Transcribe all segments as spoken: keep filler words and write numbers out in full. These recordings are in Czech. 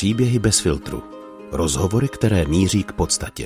Příběhy bez filtru. Rozhovory, které míří k podstatě.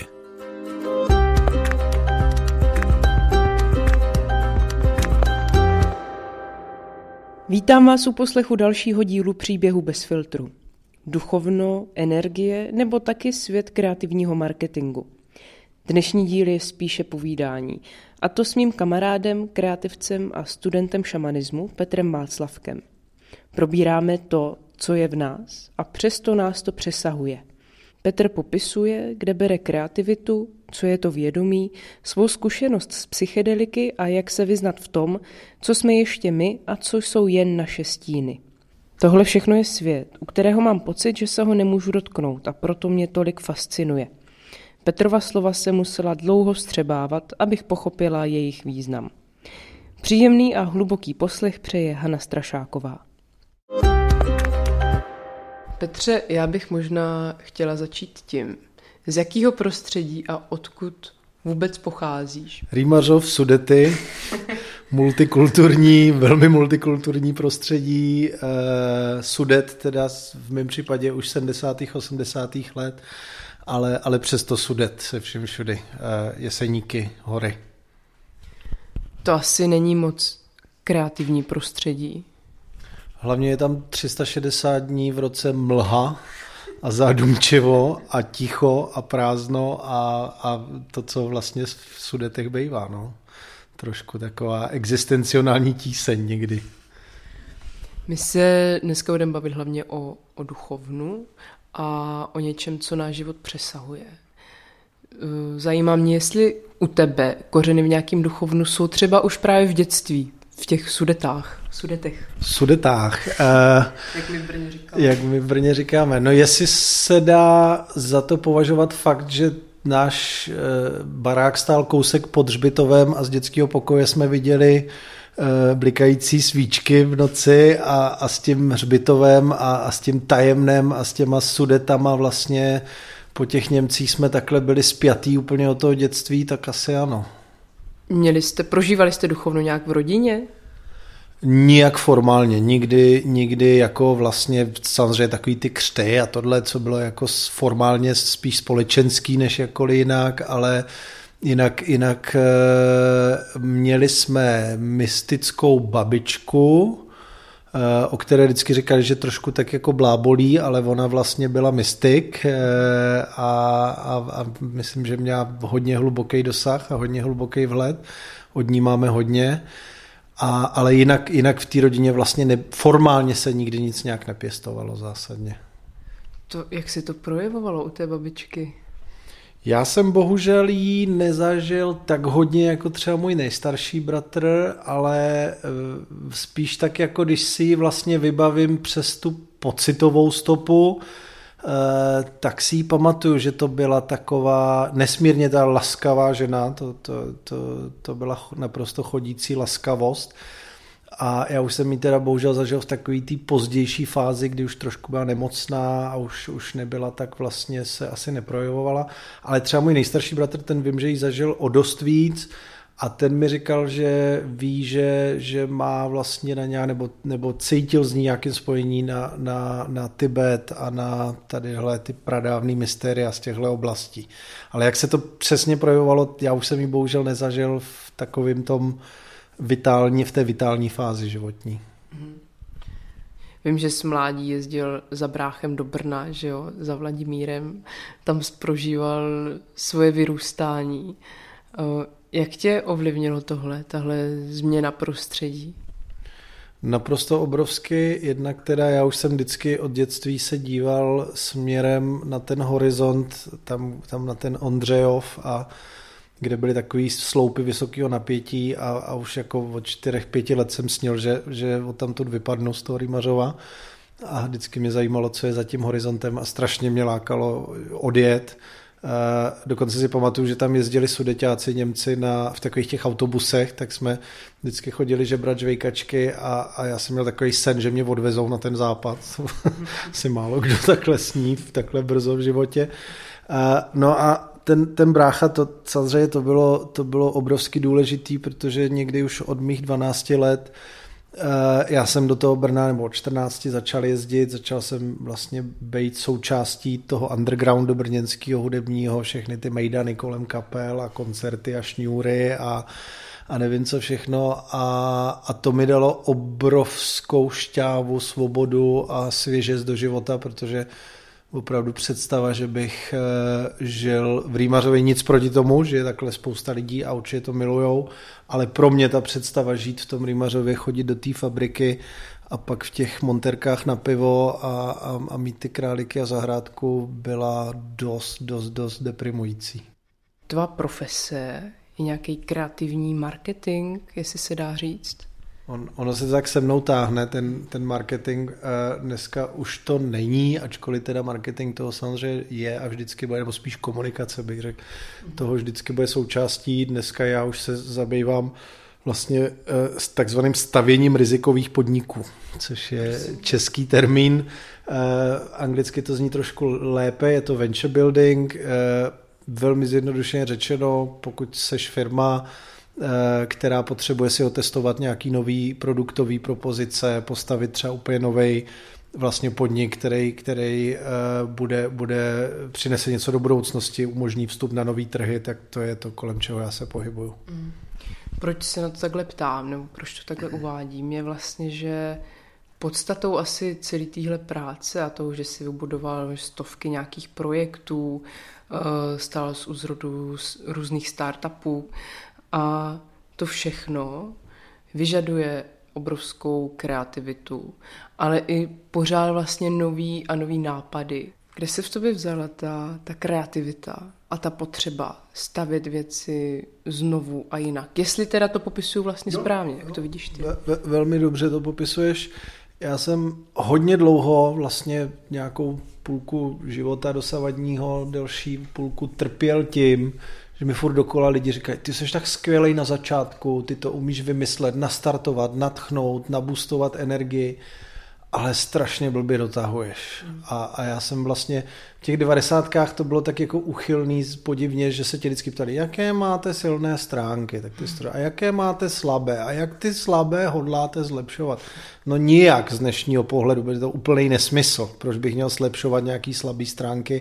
Vítám vás u poslechu dalšího dílu Příběhu bez filtru. Duchovno, energie nebo taky svět kreativního marketingu. Dnešní díl je spíše povídání, a to s mým kamarádem, kreativcem a studentem šamanismu Petrem Václavkem. Probíráme to, co je v nás, a přesto nás to přesahuje. Petr popisuje, kde bere kreativitu, co je to vědomí, svou zkušenost z psychedeliky a jak se vyznat v tom, co jsme ještě my a co jsou jen naše stíny. Tohle všechno je svět, u kterého mám pocit, že se ho nemůžu dotknout, a proto mě tolik fascinuje. Petrova slova se musela dlouho vstřebávat, abych pochopila jejich význam. Příjemný a hluboký poslech přeje Hana Strašáková. Petře, já bych možná chtěla začít tím, z jakého prostředí a odkud vůbec pocházíš? Rýmařov, Sudety, multikulturní, velmi multikulturní prostředí, eh, Sudet teda v mém případě už sedmdesátých osmdesátých let, ale, ale přesto Sudet se vším všudy, eh, Jeseníky, hory. To asi není moc kreativní prostředí. Hlavně je tam tři sta šedesát dní v roce mlha a zádumčivo a ticho a prázdno a, a to, co vlastně v Sudetech bývá. No. Trošku taková existenciální tíseň někdy. My se dneska budeme bavit hlavně o, o duchovnu a o něčem, co náš život přesahuje. Zajímá mě, jestli u tebe kořeny v nějakém duchovnu jsou třeba už právě v dětství, v těch Sudetách, Sudetech. Sudetách. Uh, jak my v Brně říkáme. Jak my v Brně říkáme. No jestli se dá za to považovat fakt, že náš uh, barák stál kousek pod hřbitovem a z dětského pokoje jsme viděli uh, blikající svíčky v noci a, a s tím hřbitovem a, a s tím tajemnem a s těma Sudetama vlastně po těch Němcích jsme takhle byli spjatý úplně od toho dětství, tak asi ano. Měli jste, prožívali jste duchovno nějak v rodině? Nijak formálně, nikdy, nikdy jako vlastně samozřejmě takový ty křty a tohle, co bylo jako formálně spíš společenský než jakkoliv jinak, ale jinak, jinak měli jsme mystickou babičku, o které vždycky říkali, že trošku tak jako blábolí, ale ona vlastně byla mystik a, a, a myslím, že měla hodně hluboký dosah a hodně hluboký vhled. Od ní máme hodně, a, ale jinak, jinak v té rodině vlastně ne, formálně se nikdy nic nějak nepěstovalo zásadně. To, jak se to projevovalo u té babičky? Já jsem bohužel jí nezažil tak hodně jako třeba můj nejstarší bratr, ale spíš tak jako když si ji vlastně vybavím přes tu pocitovou stopu, tak si ji pamatuju, že to byla taková nesmírně ta laskavá žena, to, to, to, to byla naprosto chodící laskavost. A já už jsem ji teda bohužel zažil v takové té pozdější fázi, kdy už trošku byla nemocná a už, už nebyla tak vlastně se asi neprojevovala. Ale třeba můj nejstarší bratr, ten vím, že ji zažil o dost víc a ten mi říkal, že ví, že, že má vlastně na nějak, nebo, nebo cítil z ní nějaké spojení na, na, na Tibet a na tadyhle ty pradávný mystéria z těchto oblastí. Ale jak se to přesně projevovalo, já už jsem ji bohužel nezažil v takovém tom vitální, v té vitální fázi životní. Vím, že jsi mládí jezdil za bráchem do Brna, že jo, za Vladimírem, tam prožíval svoje vyrůstání. Jak tě ovlivnilo tohle, tahle změna prostředí? Naprosto obrovsky, jednak teda já už jsem vždycky od dětství se díval směrem na ten horizont, tam, tam na ten Ondřejov, a kde byly takový sloupy vysokého napětí a, a už jako od čtyřech, pěti let jsem snil, že, že odtamtud vypadnu z toho Rýmařova a vždycky mě zajímalo, co je za tím horizontem a strašně mě lákalo odjet. Dokonce si pamatuju, že tam jezdili Sudeťáci, Němci na, v takových těch autobusech, tak jsme vždycky chodili žebrat žvejkačky a, a já jsem měl takový sen, že mě odvezou na ten západ. Asi málo kdo takhle sní takhle brzo v životě. No a ten, ten brácha, to, samozřejmě to bylo, to bylo obrovsky důležitý, protože někdy už od mých dvanácti let Já jsem do toho Brna nebo od čtrnácti začal jezdit, začal jsem vlastně být součástí toho undergroundu brněnského hudebního, všechny ty mejdany kolem kapel a koncerty a šňůry a, a nevím co všechno a, a to mi dalo obrovskou šťávu, svobodu a svěžest do života, protože opravdu představa, že bych žil v Rýmařově, nic proti tomu, že je takhle spousta lidí a určitě to milujou, ale pro mě ta představa žít v tom Rýmařově, chodit do té fabriky a pak v těch monterkách na pivo a, a, a mít ty králíky a zahrádku byla dost, dost, dost deprimující. Tvá profese je nějaký kreativní marketing, jestli se dá říct? On, ono se tak se mnou táhne, ten, ten marketing dneska už to není, ačkoliv teda marketing toho samozřejmě je a vždycky bude, nebo spíš komunikace bych řekl, toho vždycky bude součástí. Dneska já už se zabývám vlastně s takzvaným stavěním rizikových podniků, což je český termín. Anglicky to zní trošku lépe, je to venture building, velmi zjednodušeně řečeno, pokud seš firma, která potřebuje si otestovat nějaký nový produktový propozice, postavit třeba úplně novej vlastně podnik, který, který bude, bude přinese něco do budoucnosti, umožní vstup na nový trhy, tak to je to, kolem čeho já se pohybuju. Mm. Proč se na to takhle ptám, nebo proč to takhle uvádím, je vlastně, že podstatou asi celé téhle práce a toho, že si vybudoval stovky nějakých projektů, stál z úzrodu různých startupů, a to všechno vyžaduje obrovskou kreativitu, ale i pořád vlastně nový a nový nápady. Kde se v tobě vzala ta, ta kreativita a ta potřeba stavět věci znovu a jinak? Jestli teda to popisuju vlastně no, správně, jak to vidíš ty? Ve, velmi dobře to popisuješ. Já jsem hodně dlouho vlastně nějakou půlku života dosavadního, delší půlku trpěl tím, že mi furt dokola lidi říkají, ty jsi tak skvělej na začátku, ty to umíš vymyslet, nastartovat, nadchnout, nabustovat energii, ale strašně blbě dotahuješ. Mm. A, a já jsem vlastně v těch devadesátkách to bylo tak jako uchylný podivně, že se tě vždycky ptali, jaké máte silné stránky, tak ty strany, a jaké máte slabé, a jak ty slabé hodláte zlepšovat. No nijak z dnešního pohledu, protože to úplný nesmysl, proč bych měl zlepšovat nějaký slabý stránky,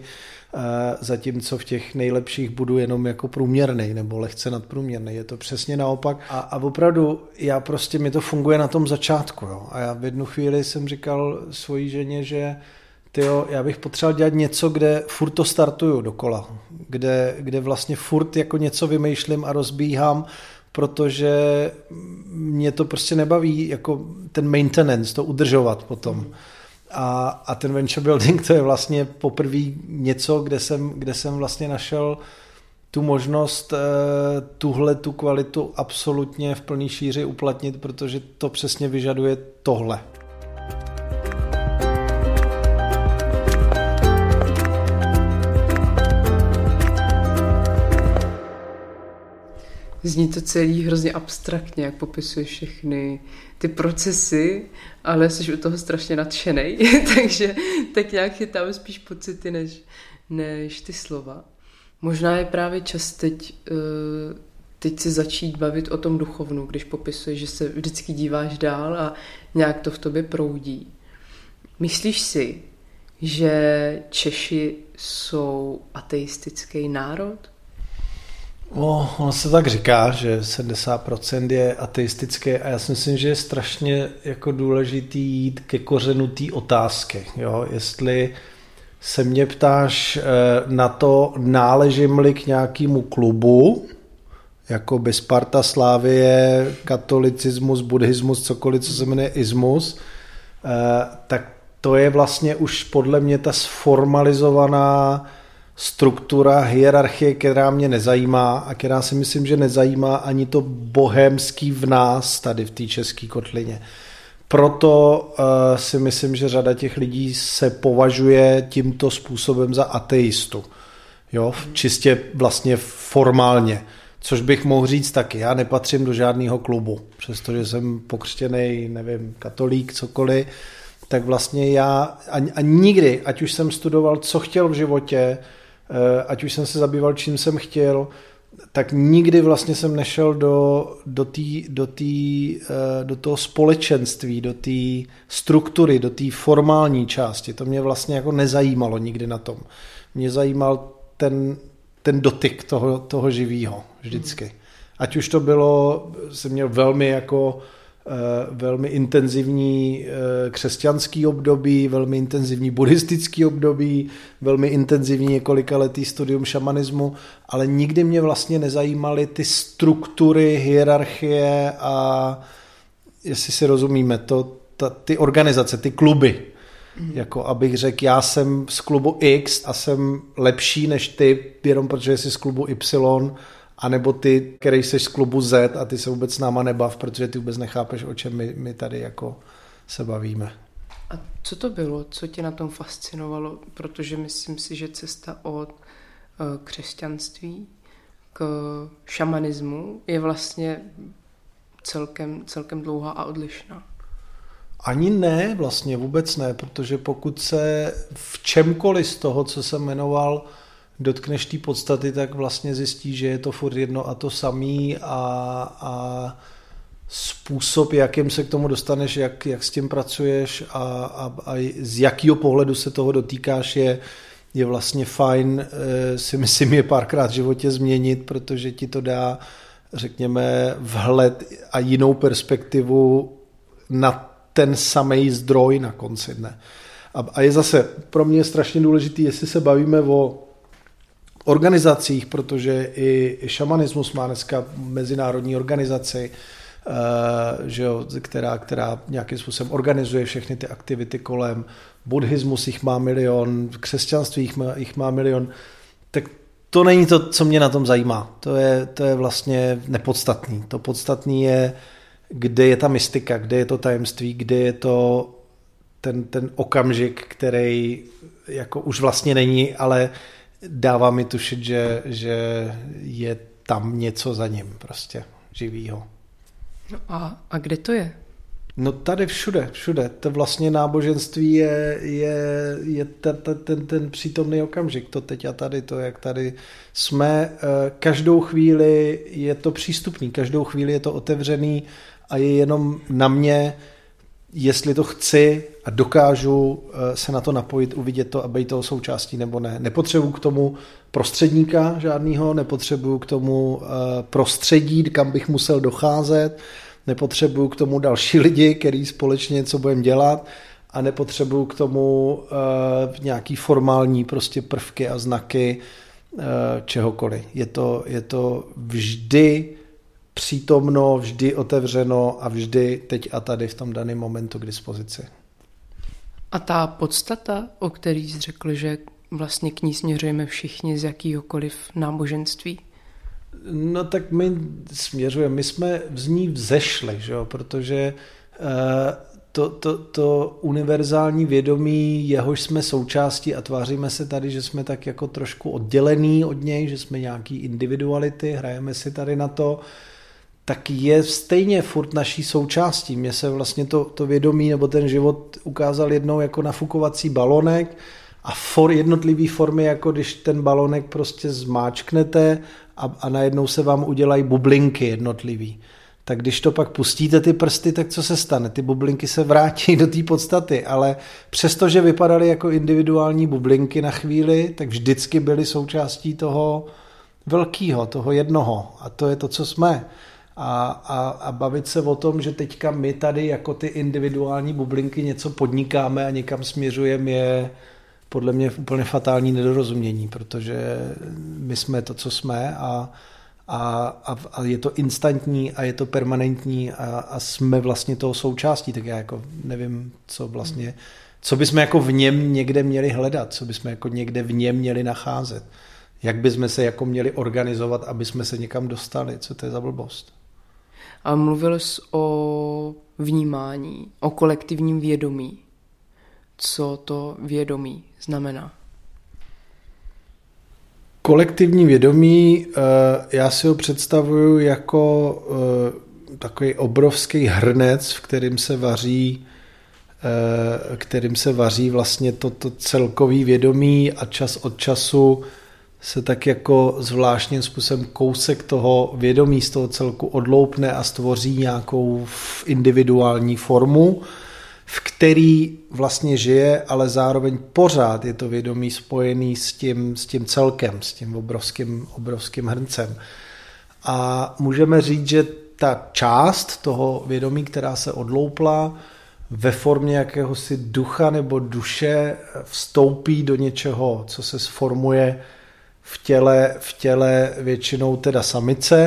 zatímco v těch nejlepších budu jenom jako průměrnej nebo lehce nadprůměrnej. Je to přesně naopak. A, a opravdu já prostě, mi to funguje na tom začátku. Jo. A já v jednu chvíli jsem říkal svojí ženě, že tyjo, já bych potřeboval dělat něco, kde furt to startuju dokola. Kde, kde vlastně furt jako něco vymýšlím a rozbíhám, protože mě to prostě nebaví jako ten maintenance, to udržovat potom. Mm. A, a ten venture building to je vlastně poprvé něco, kde jsem, kde jsem vlastně našel tu možnost eh, tuhle tu kvalitu absolutně v plný šíři uplatnit, protože to přesně vyžaduje tohle. Zní to celý hrozně abstraktně, jak popisuješ všechny ty procesy, ale jsi u toho strašně nadšenej, takže tak nějak chytám spíš pocity než, než ty slova. Možná je právě čas teď, teď se začít bavit o tom duchovnu, když popisuješ, že se vždycky díváš dál a nějak to v tobě proudí. Myslíš si, že Češi jsou ateistický národ? No, ono se tak říká, že sedmdesát procent je ateistické a já si myslím, že je strašně jako důležitý jít ke kořenu té otázky. Jo? Jestli se mě ptáš na to, náležím-li k nějakému klubu, jako by Sparta, Slávie, katolicismus, buddhismus, cokoliv, co se jmenuje ismus, tak to je vlastně už podle mě ta sformalizovaná struktura, hierarchie, která mě nezajímá a která si myslím, že nezajímá ani to bohémský v nás tady v té české kotlině. Proto uh, si myslím, že řada těch lidí se považuje tímto způsobem za ateistu. Jo? Čistě vlastně formálně. Což bych mohl říct taky. Já nepatřím do žádného klubu. Přestože jsem pokřtěnej, nevím, katolík, cokoliv, tak vlastně já a, a nikdy, ať už jsem studoval, co chtěl v životě, ať už jsem se zabýval, čím jsem chtěl, tak nikdy vlastně jsem nešel do, do, tý, do, tý, do toho společenství, do té struktury, do té formální části. To mě vlastně jako nezajímalo nikdy na tom. Mě zajímal ten, ten dotyk toho, toho živýho vždycky. Ať už to bylo, jsem měl velmi jako velmi intenzivní křesťanský období, velmi intenzivní buddhistický období, velmi intenzivní několikaletý studium šamanismu, ale nikdy mě vlastně nezajímaly ty struktury, hierarchie a jestli si rozumíme, to, ta, ty organizace, ty kluby. Mm. Jako abych řekl, já jsem z klubu X a jsem lepší než ty, jenom protože jsi z klubu Y, a nebo ty, který jsi z klubu Z a ty se vůbec s náma nebav, protože ty vůbec nechápeš, o čem my, my tady jako se bavíme. A co to bylo? Co tě na tom fascinovalo? Protože myslím si, že cesta od uh, křesťanství k šamanismu je vlastně celkem, celkem dlouhá a odlišná. Ani ne, vlastně vůbec ne, protože pokud se v čemkoliv z toho, co jsem jmenoval, dotkneš té podstaty, tak vlastně zjistíš, že je to furt jedno a to samý a, a způsob, jakým se k tomu dostaneš, jak, jak s tím pracuješ a, a, a z jakého pohledu se toho dotýkáš, je, je vlastně fajn, si myslím, je párkrát v životě změnit, protože ti to dá, řekněme, vhled a jinou perspektivu na ten samej zdroj na konci dne. A, a je zase pro mě strašně důležitý, jestli se bavíme o organizacích, protože i, i šamanismus má dneska mezinárodní organizaci, uh, že jo, která, která nějakým způsobem organizuje všechny ty aktivity kolem. Buddhismus jich má milion, křesťanství jich má, jich má milion. Tak to není to, co mě na tom zajímá. To je, to je vlastně nepodstatný. To podstatný je, kde je ta mystika, kde je to tajemství, kde je to ten, ten okamžik, který jako už vlastně není, ale dává mi tušit, že, že je tam něco za ním prostě živýho. No a, a kde to je? No tady všude, všude. To vlastně náboženství je, je, je ten, ten, ten přítomný okamžik. To teď a tady, to jak tady jsme. Každou chvíli je to přístupný, každou chvíli je to otevřený a je jenom na mě, jestli to chci a dokážu se na to napojit, uvidět to a být toho součástí nebo ne. Nepotřebuji k tomu prostředníka žádného, nepotřebuji k tomu prostředí, kam bych musel docházet, nepotřebuji k tomu další lidi, který společně něco budeme dělat a nepotřebuji k tomu nějaký formální prostě prvky a znaky čehokoliv. Je to, je to vždy přítomno, vždy otevřeno a vždy teď a tady v tom daném momentu k dispozici. A ta podstata, o který jsi řekl, že vlastně k ní směřujeme všichni z jakýhokoliv náboženství? No tak my směřujeme, my jsme z ní vzešli, že jo? Protože to, to, to univerzální vědomí, jehož jsme součástí a tváříme se tady, že jsme tak jako trošku oddělení od něj, že jsme nějaký individuality, hrajeme si tady na to, tak je stejně furt naší součástí. Mně se vlastně to, to vědomí nebo ten život ukázal jednou jako nafukovací balonek a for jednotlivý formy, jako když ten balonek prostě zmáčknete a, a najednou se vám udělají bublinky jednotlivý. Tak když to pak pustíte ty prsty, tak co se stane? Ty bublinky se vrátí do té podstaty, ale přestože vypadaly jako individuální bublinky na chvíli, tak vždycky byly součástí toho velkého, toho jednoho. A to je to, co jsme. A, a, a bavit se o tom, že teďka my tady jako ty individuální bublinky něco podnikáme a někam směřujeme, je podle mě úplně fatální nedorozumění, protože my jsme to, co jsme a, a, a, a je to instantní a je to permanentní a, a jsme vlastně toho součástí, tak já jako nevím, co vlastně, co bychom jako v něm někde měli hledat, co bychom jako někde v něm měli nacházet, jak bychom se jako měli organizovat, aby jsme se někam dostali, co to je za blbost. A mluvil jsi o vnímání, o kolektivním vědomí. Co to vědomí znamená? Kolektivní vědomí, já si ho představuju jako takový obrovský hrnec, v kterým se vaří, kterým se vaří vlastně to, to celkový vědomí a čas od času se tak jako zvláštním způsobem kousek toho vědomí z toho celku odloupne a stvoří nějakou individuální formu, v který vlastně žije, ale zároveň pořád je to vědomí spojený s tím, s tím celkem, s tím obrovským, obrovským hrncem. A můžeme říct, že ta část toho vědomí, která se odloupla, ve formě jakéhosi ducha nebo duše vstoupí do něčeho, co se sformuje v těle, v těle většinou teda samice,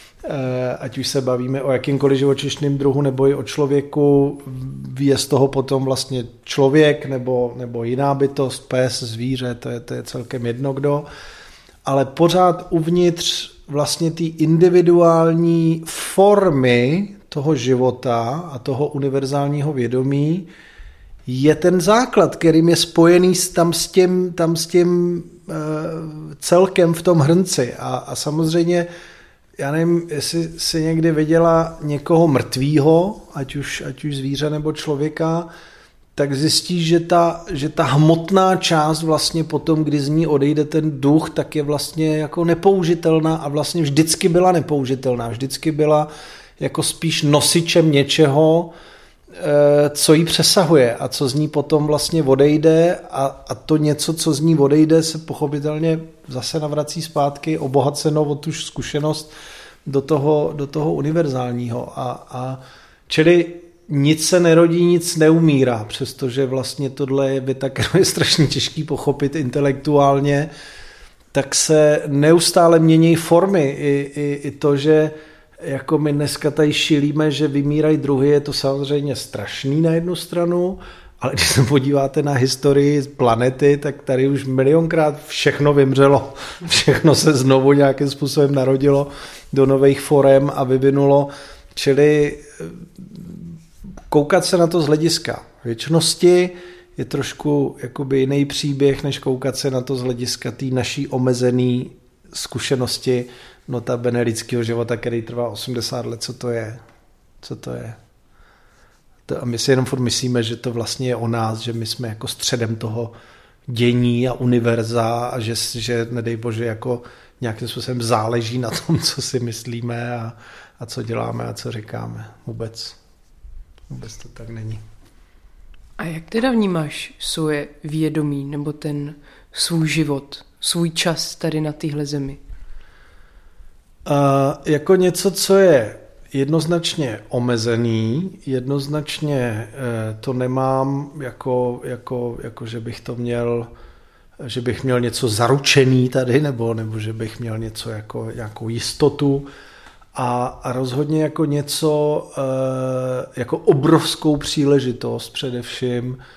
ať už se bavíme o jakýmkoliv živočišném druhu nebo i o člověku, je z toho potom vlastně člověk nebo, nebo jiná bytost, pes, zvíře, to je, to je celkem jedno kdo, ale pořád uvnitř vlastně té individuální formy toho života a toho univerzálního vědomí je ten základ, kterým je spojený tam s tím, tam s tím uh, celkem v tom hrnci. A, a samozřejmě, já nevím, jestli si někdy viděla někoho mrtvýho, ať už, ať už zvíře nebo člověka, tak zjistíš, že ta, že ta hmotná část vlastně potom, kdy z ní odejde ten duch, tak je vlastně jako nepoužitelná a vlastně vždycky byla nepoužitelná. Vždycky byla jako spíš nosičem něčeho, co jí přesahuje a co z ní potom vlastně odejde a, a to něco, co z ní odejde, se pochopitelně zase navrací zpátky obohaceno o tu zkušenost do toho, do toho univerzálního. A, a čili nic se nerodí, nic neumírá, přestože vlastně tohle je věta, kterou je strašně těžký pochopit intelektuálně, tak se neustále mění formy. I, i, i to, že jako my dneska tady šilíme, že vymírají druhy, je to samozřejmě strašný na jednu stranu, ale když se podíváte na historii planety, tak tady už milionkrát všechno vymřelo. Všechno se znovu nějakým způsobem narodilo do nových forem a vyvinulo. Čili koukat se na to z hlediska věčnosti je trošku jakoby jiný příběh, než koukat se na to z hlediska té naší omezené zkušenosti notabene lidského života, který trvá osmdesát let, co to je. Co to je? To, a my si jenom furt myslíme, že to vlastně je o nás, že my jsme jako středem toho dění a univerza a že, že nedej bože, jako nějakým způsobem záleží na tom, co si myslíme a, a co děláme a co říkáme. Vůbec. Vůbec to tak není. A jak teda vnímáš svoje vědomí nebo ten svůj život, svůj čas tady na téhle zemi? Uh, jako něco, co je jednoznačně omezený, jednoznačně uh, to nemám jako, jako, jako, že bych to měl, že bych měl něco zaručený tady, nebo, nebo že bych měl něco jako nějakou jistotu a, a rozhodně jako něco, uh, jako obrovskou příležitost především uh,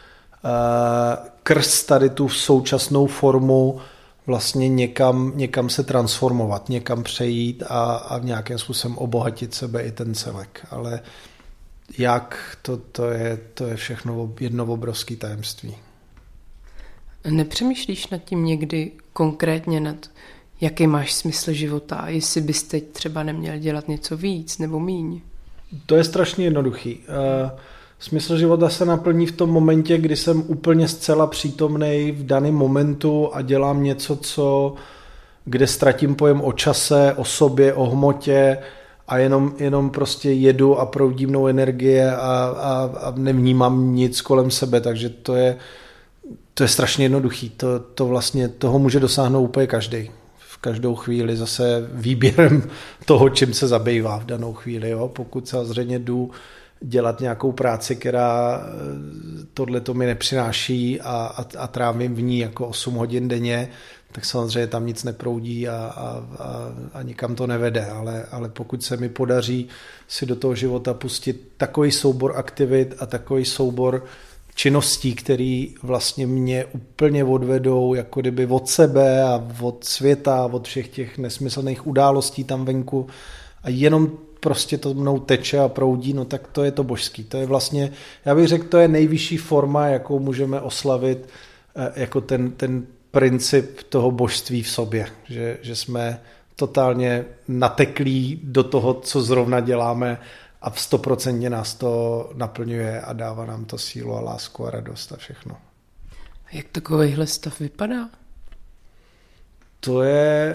krz tady tu současnou formu vlastně někam, někam se transformovat, někam přejít a, a v nějakém způsobem obohatit sebe i ten celek. Ale jak, to, to, je, to je všechno jedno obrovské tajemství. Nepřemýšlíš nad tím někdy konkrétně nad, jaký máš smysl života, jestli bys teď třeba neměl dělat něco víc nebo míň? To je strašně jednoduchý. Smysl života se naplní v tom momentě, kdy jsem úplně zcela přítomnej v daném momentu a dělám něco, co, kde ztratím pojem o čase, o sobě, o hmotě a jenom, jenom prostě jedu a proudím mnou energie a, a, a nevnímám nic kolem sebe, takže to je, to je strašně jednoduchý. To, to vlastně, toho může dosáhnout úplně každý. V každou chvíli zase výběrem toho, čím se zabývá v danou chvíli. Jo? Pokud samozřejmě jdu dělat nějakou práci, která tohle to mi nepřináší a, a, a trávím v ní jako osm hodin denně, tak samozřejmě tam nic neproudí a, a, a, a nikam to nevede. Ale, ale pokud se mi podaří si do toho života pustit takový soubor aktivit a takový soubor činností, které vlastně mě úplně odvedou jako kdyby od sebe a od světa, od všech těch nesmyslných událostí tam venku a jenom prostě to mnou teče a proudí, no tak to je to božský. To je vlastně, já bych řekl, to je nejvyšší forma, jakou můžeme oslavit jako ten, ten princip toho božství v sobě, že, že jsme totálně nateklí do toho, co zrovna děláme a v stoprocentně nás to naplňuje a dává nám to sílu a lásku a radost a všechno. A jak takovýhle stav vypadá? To je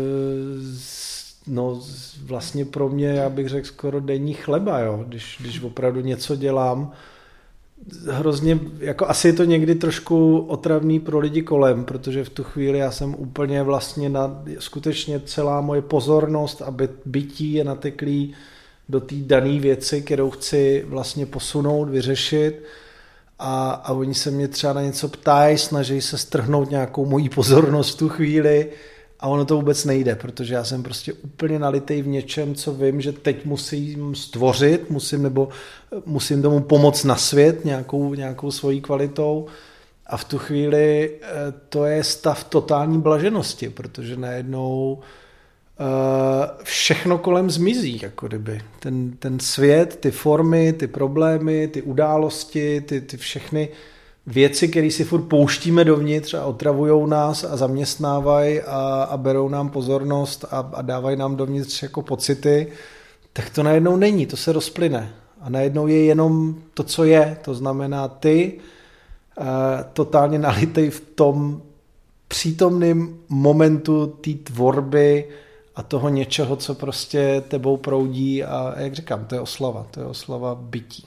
no, vlastně pro mě, já bych řekl, skoro denní chleba, jo? Když, když opravdu něco dělám. Hrozně, jako asi je to někdy trošku otravný pro lidi kolem, protože v tu chvíli já jsem úplně vlastně na, skutečně celá moje pozornost a bytí je nateklý do té dané věci, kterou chci vlastně posunout, vyřešit. A, a oni se mě třeba na něco ptají, snaží se strhnout nějakou moji pozornost v tu chvíli a ono to vůbec nejde, protože já jsem prostě úplně nalitej v něčem, co vím, že teď musím stvořit, musím nebo musím tomu pomoct na svět nějakou, nějakou svojí kvalitou a v tu chvíli to je stav totální blaženosti, protože najednou všechno kolem zmizí, jako kdyby. Ten, ten svět, ty formy, ty problémy, ty události, ty, ty všechny věci, které si furt pouštíme dovnitř a otravujou nás a zaměstnávají a, a berou nám pozornost a, a dávají nám dovnitř jako pocity, tak to najednou není, to se rozplyne. A najednou je jenom to, co je. To znamená ty uh, totálně nalitej v tom přítomném momentu té tvorby a toho něčeho, co prostě tebou proudí a jak říkám, to je oslava, to je oslava bytí.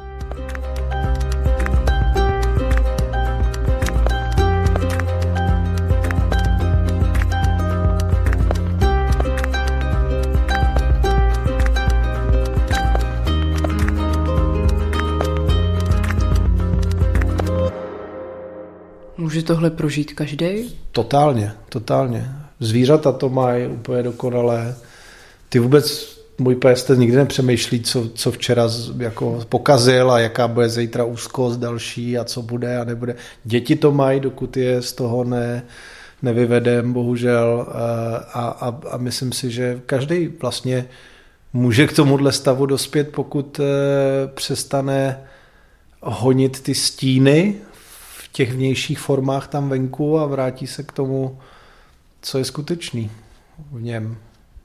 Může tohle prožít každý? Totálně, totálně. Zvířata to mají úplně dokonalé. Ty vůbec, můj pes, ten nikdy nepřemýšlí, co, co včera jako pokazil a jaká bude zítra úzkost další a co bude a nebude. Děti to mají, dokud je z toho ne, nevyvedem, bohužel. A, a, a myslím si, že každý vlastně může k tomuhle stavu dospět, pokud přestane honit ty stíny v těch vnějších formách tam venku a vrátí se k tomu, co je skutečný v něm.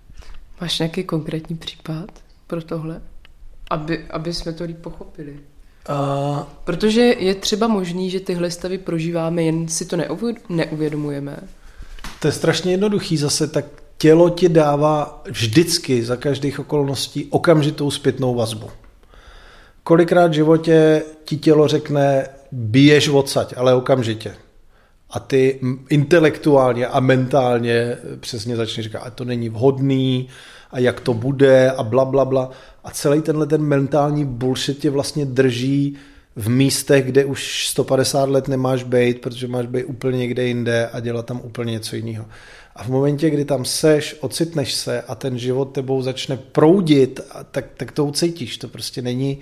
Máš nějaký konkrétní případ pro tohle? Aby, aby jsme to líp pochopili. Uh, Protože je třeba možný, že tyhle stavy prožíváme, jen si to neuvědomujeme. To je strašně jednoduchý zase, tak tělo ti dává vždycky za každých okolností okamžitou zpětnou vazbu. Kolikrát v životě ti tělo řekne, běž odsaď, ale okamžitě. A ty intelektuálně a mentálně přesně začneš říkat, a to není vhodný, a jak to bude, a bla, bla, bla. A celý tenhle ten mentální bullshit tě vlastně drží v místech, kde už sto padesát let nemáš být, protože máš být úplně někde jinde a dělat tam úplně něco jiného. A v momentě, kdy tam seš, ocitneš se a ten život tebou začne proudit, tak, tak to ucítíš. To prostě není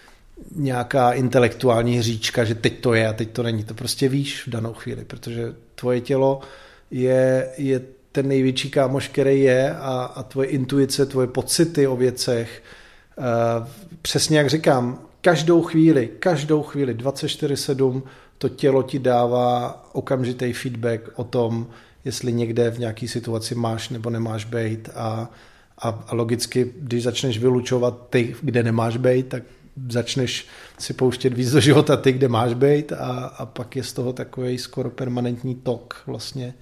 nějaká intelektuální hříčka, že teď to je a teď to není. To prostě víš v danou chvíli, protože tvoje tělo je, je ten největší kámoš, který je a, a tvoje intuice, tvoje pocity o věcech. Uh, přesně jak říkám, každou chvíli, každou chvíli dvacet čtyři sedm to tělo ti dává okamžitý feedback o tom, jestli někde v nějaké situaci máš nebo nemáš být a, a, a logicky, když začneš vylučovat ty, kde nemáš být, tak začneš si pouštět víc do života ty, kde máš být a, a pak je z toho takový skoro permanentní tok vlastně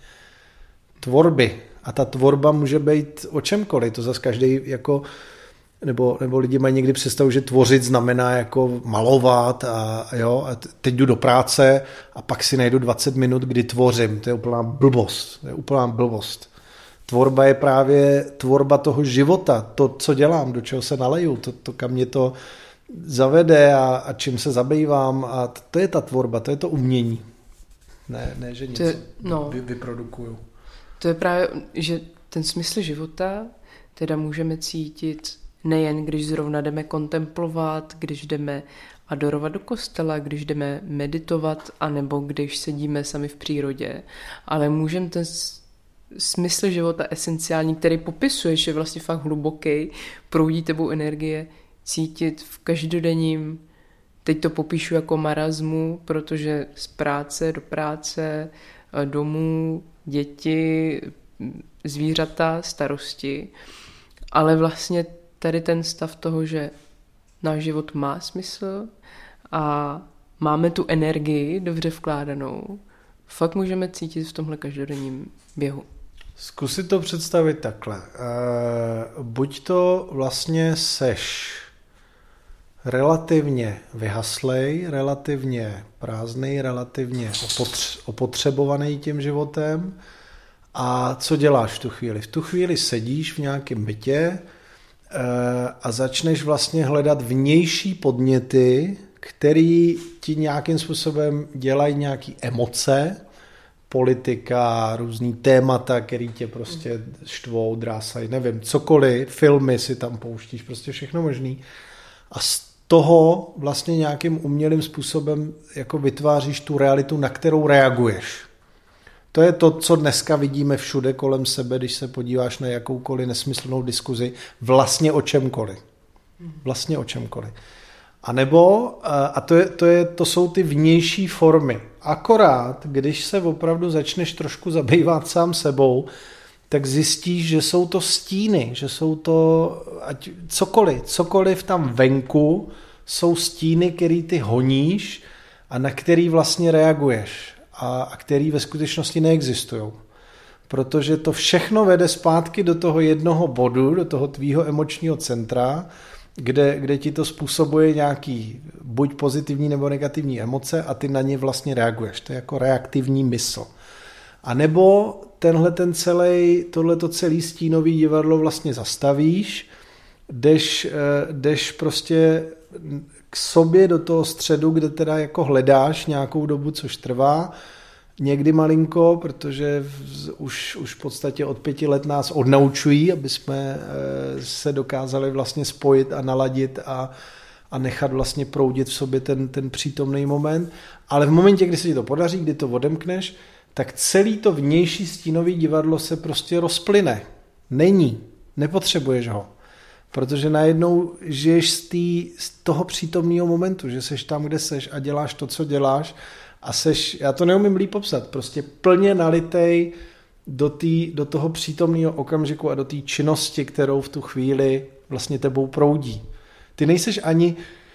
tvorby. A ta tvorba může být o čemkoliv. To zase každý jako, nebo, nebo lidi mají někdy představu, že tvořit znamená jako malovat a, jo, a teď jdu do práce a pak si najdu dvacet minut, kdy tvořím. To je úplná blbost. To je úplná blbost. Tvorba je právě tvorba toho života. To, co dělám, do čeho se naleju, to, to kam mě to zavede a, a čím se zabývám a to, to je ta tvorba, to je to umění. Ne, ne že něco je, no, vy, vyprodukuju. To je právě, že ten smysl života teda můžeme cítit nejen, když zrovna jdeme kontemplovat, když jdeme adorovat do kostela, když jdeme meditovat, anebo když sedíme sami v přírodě, ale můžeme ten smysl života esenciální, který popisuješ, je vlastně fakt hluboký, proudí tebou energie, cítit v každodenním, teď to popíšu jako marazmu, protože z práce do práce, domů, děti, zvířata, starosti, ale vlastně tady ten stav toho, že náš život má smysl a máme tu energii dobře vkládanou, fakt můžeme cítit v tomhle každodenním běhu. Zkus si to představit takhle. E, buď to vlastně seš relativně vyhaslej, relativně prázdnej, relativně opotř- opotřebovaný tím životem. A co děláš v tu chvíli? V tu chvíli sedíš v nějakém bytě e, a začneš vlastně hledat vnější podněty, který ti nějakým způsobem dělají nějaké emoce, politika, různý témata, který tě prostě štvou, drásají, nevím, cokoliv, filmy si tam pouštíš, prostě všechno možný. A z toho vlastně nějakým umělým způsobem jako vytváříš tu realitu, na kterou reaguješ. To je to, co dneska vidíme všude kolem sebe, když se podíváš na jakoukoliv nesmyslnou diskuzi, vlastně o čemkoliv. Vlastně o čemkoliv. A nebo, a to, je, to, je, to jsou ty vnější formy. Akorát, když se opravdu začneš trošku zabývat sám sebou, tak zjistíš, že jsou to stíny, že jsou to ať cokoliv, cokoliv tam venku, jsou stíny, který ty honíš a na který vlastně reaguješ a, a který ve skutečnosti neexistují. Protože to všechno vede zpátky do toho jednoho bodu, do toho tvýho emočního centra, Kde, kde ti to způsobuje nějaký buď pozitivní nebo negativní emoce a ty na ně vlastně reaguješ. To je jako reaktivní mysl. A nebo tenhle ten celý, tohleto celý stínový divadlo vlastně zastavíš, jdeš, jdeš prostě k sobě do toho středu, kde teda jako hledáš nějakou dobu, což trvá, někdy malinko, protože už, už v podstatě od pěti let nás odnaučují, aby jsme se dokázali vlastně spojit a naladit a, a nechat vlastně proudit v sobě ten, ten přítomný moment. Ale v momentě, kdy se ti to podaří, kdy to odemkneš, tak celý to vnější stínový divadlo se prostě rozplyne. Není. Nepotřebuješ ho. Protože najednou žiješ z, tý, z toho přítomného momentu, že seš tam, kde seš a děláš to, co děláš, a seš, já to neumím líp popsat, prostě plně nalitej do, tý, do toho přítomného okamžiku a do té činnosti, kterou v tu chvíli vlastně tebou proudí. Ty nejseš ani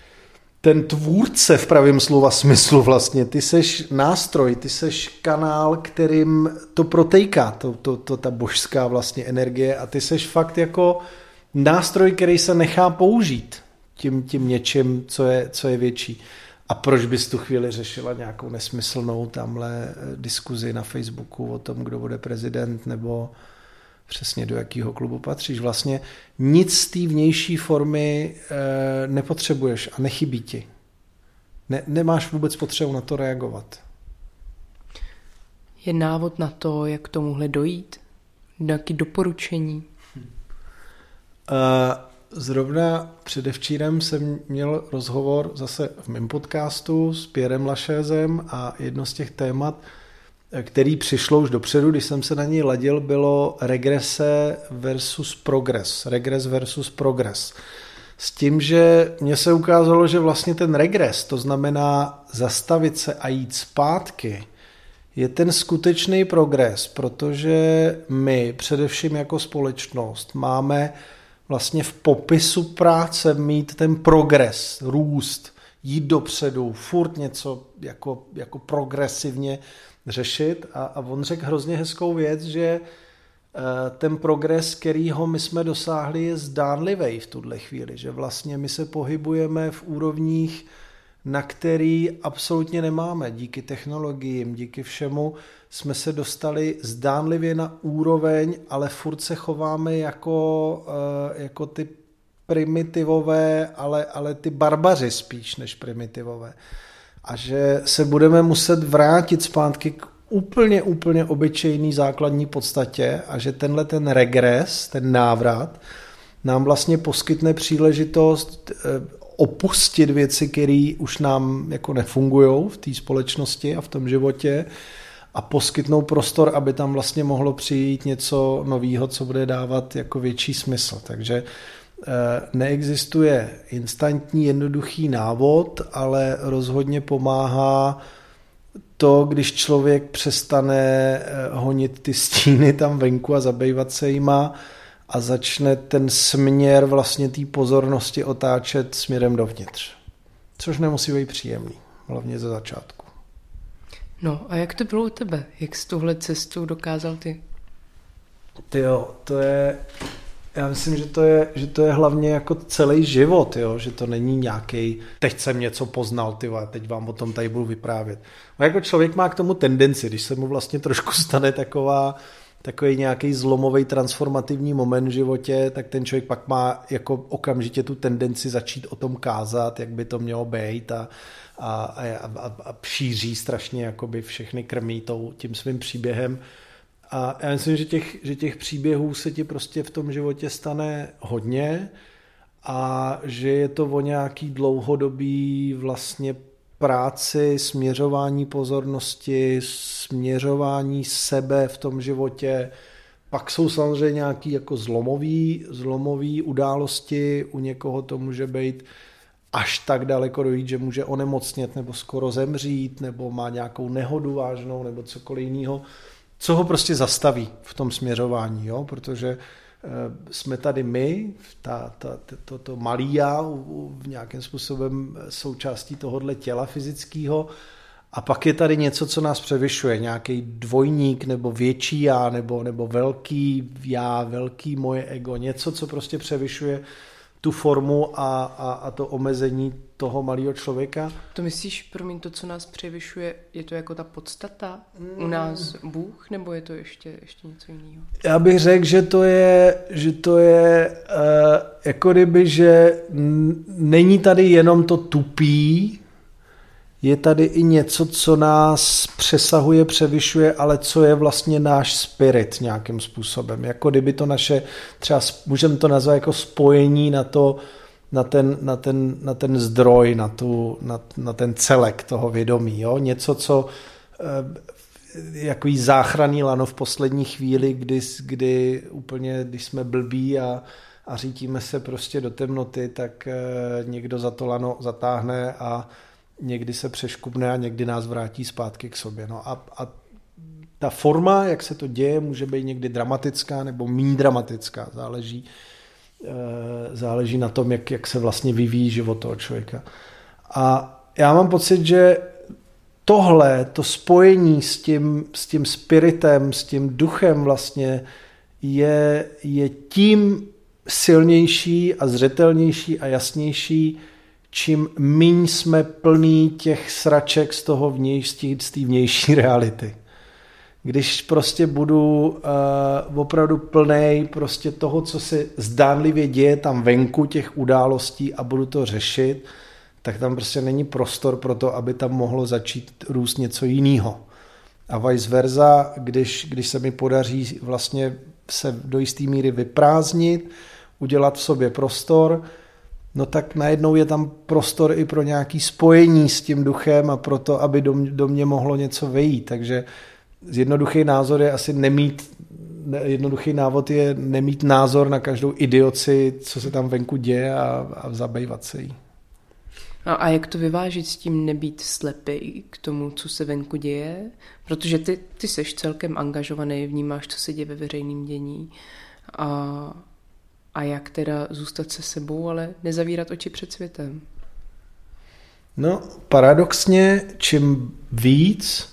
ten tvůrce v pravém slova smyslu vlastně, ty seš nástroj, ty seš kanál, kterým to protejká, to, to, to, ta božská vlastně energie a ty seš fakt jako nástroj, který se nechá použít tím, tím něčím, co je, co je větší. A proč bys tu chvíli řešila nějakou nesmyslnou tamhle diskuzi na Facebooku o tom, kdo bude prezident, nebo přesně do jakého klubu patříš. Vlastně nic z té vnější formy e, nepotřebuješ a nechybí ti. Ne, nemáš vůbec potřebu na to reagovat. Je návod na to, jak k tomuhle dojít? Nějaké doporučení? Hmm. Uh, Zrovna předevčírem jsem měl rozhovor zase v mém podcastu s Pierrem Lachaisem a jedno z těch témat, který přišlo už dopředu, když jsem se na něj ladil, bylo regrese versus progres. Regres versus progres. S tím, že mně se ukázalo, že vlastně ten regres, to znamená zastavit se a jít zpátky, je ten skutečný progres, protože my především jako společnost máme vlastně v popisu práce mít ten progres, růst, jít dopředu, furt něco jako, jako progresivně řešit. A, a on řekl hrozně hezkou věc, že ten progres, kterýho my jsme dosáhli, je zdánlivý v tuhle chvíli, že vlastně my se pohybujeme v úrovních, na který absolutně nemáme. Díky technologiím, díky všemu jsme se dostali zdánlivě na úroveň, ale furt se chováme jako, jako ty primitivové, ale, ale ty barbaři spíš než primitivové. A že se budeme muset vrátit zpátky k úplně, úplně obyčejný základní podstatě a že tenhle ten regres, ten návrat, nám vlastně poskytne příležitost opustit věci, které už nám jako nefungují v té společnosti a v tom životě a poskytnou prostor, aby tam vlastně mohlo přijít něco nového, co bude dávat jako větší smysl. Takže neexistuje instantní jednoduchý návod, ale rozhodně pomáhá to, když člověk přestane honit ty stíny tam venku a zabývat se jima a začne ten směr vlastně té pozornosti otáčet směrem dovnitř. Což nemusí být příjemný, hlavně ze začátku. No a jak to bylo u tebe? Jak jsi tuhle cestu dokázal ty? Tyjo, to je, já myslím, že to je, že to je hlavně jako celý život, jo? Že to není nějaký, teď jsem něco poznal, tyjo, teď vám o tom tady budu vyprávět. A jako člověk má k tomu tendenci, když se mu vlastně trošku stane taková, takový nějaký zlomový transformativní moment v životě, tak ten člověk pak má jako okamžitě tu tendenci začít o tom kázat, jak by to mělo být a, a, a, a, a šíří strašně jakoby všechny krmí tou, tím svým příběhem. A já myslím, že těch, že těch příběhů se ti prostě v tom životě stane hodně a že je to o nějaký dlouhodobý vlastně práci, směřování pozornosti, směřování sebe v tom životě. Pak jsou samozřejmě nějaké jako zlomový, zlomový události, u někoho to může být až tak daleko dojít, že může onemocnět nebo skoro zemřít, nebo má nějakou nehodu vážnou, nebo cokoliv jiného, co ho prostě zastaví v tom směřování, jo? Protože jsme tady my, ta, ta, to, to malý já, v nějakém způsobem součástí tohohle těla fyzického, a pak je tady něco, co nás převyšuje, nějaký dvojník nebo větší já, nebo, nebo velký já, velký moje ego, něco, co prostě převyšuje tu formu a, a, a to omezení toho malého člověka. To myslíš, promiň, to, co nás převyšuje, je to jako ta podstata? U nás Bůh, nebo je to ještě, ještě něco jiného? Já bych řekl, že to je, že to je uh, jako kdyby, že n- není tady jenom to tupý, je tady i něco, co nás přesahuje, převyšuje, ale co je vlastně náš spirit nějakým způsobem. Jako kdyby to naše, třeba můžeme to nazvat jako spojení na to, na ten, na ten, na ten zdroj, na, tu, na, na ten celek toho vědomí. Jo? Něco, co jaký záchranný lano v poslední chvíli, kdy, kdy úplně, když jsme blbí a, a řítíme se prostě do temnoty, tak někdo za to lano zatáhne a někdy se přeškubne a někdy nás vrátí zpátky k sobě. No a, a ta forma, jak se to děje, může být někdy dramatická nebo méně dramatická. Záleží, záleží na tom, jak, jak se vlastně vyvíjí život toho člověka. A já mám pocit, že tohle, to spojení s tím, s tím spiritem, s tím duchem vlastně je, je tím silnější a zřetelnější a jasnější, čím míň jsme plní těch sraček z toho vnější, z té vnější reality. Když prostě budu uh, opravdu plnej prostě toho, co se zdánlivě děje tam venku, těch událostí, a budu to řešit, tak tam prostě není prostor pro to, aby tam mohlo začít růst něco jiného. A vice versa, když, když se mi podaří vlastně se do jisté míry vyprázdnit, udělat v sobě prostor, no tak najednou je tam prostor i pro nějaké spojení s tím duchem a pro to, aby do, do mě mohlo něco vejít. Takže jednoduchý názor je asi nemít, jednoduchý návod je nemít názor na každou idioci, co se tam venku děje, a, a zabývat se jí. A, a jak to vyvážit s tím nebýt slepý k tomu, co se venku děje? Protože ty, ty seš celkem angažovaný, vnímáš, co se děje ve veřejném dění. A, a jak teda zůstat se sebou, ale nezavírat oči před světem? No, paradoxně, čím víc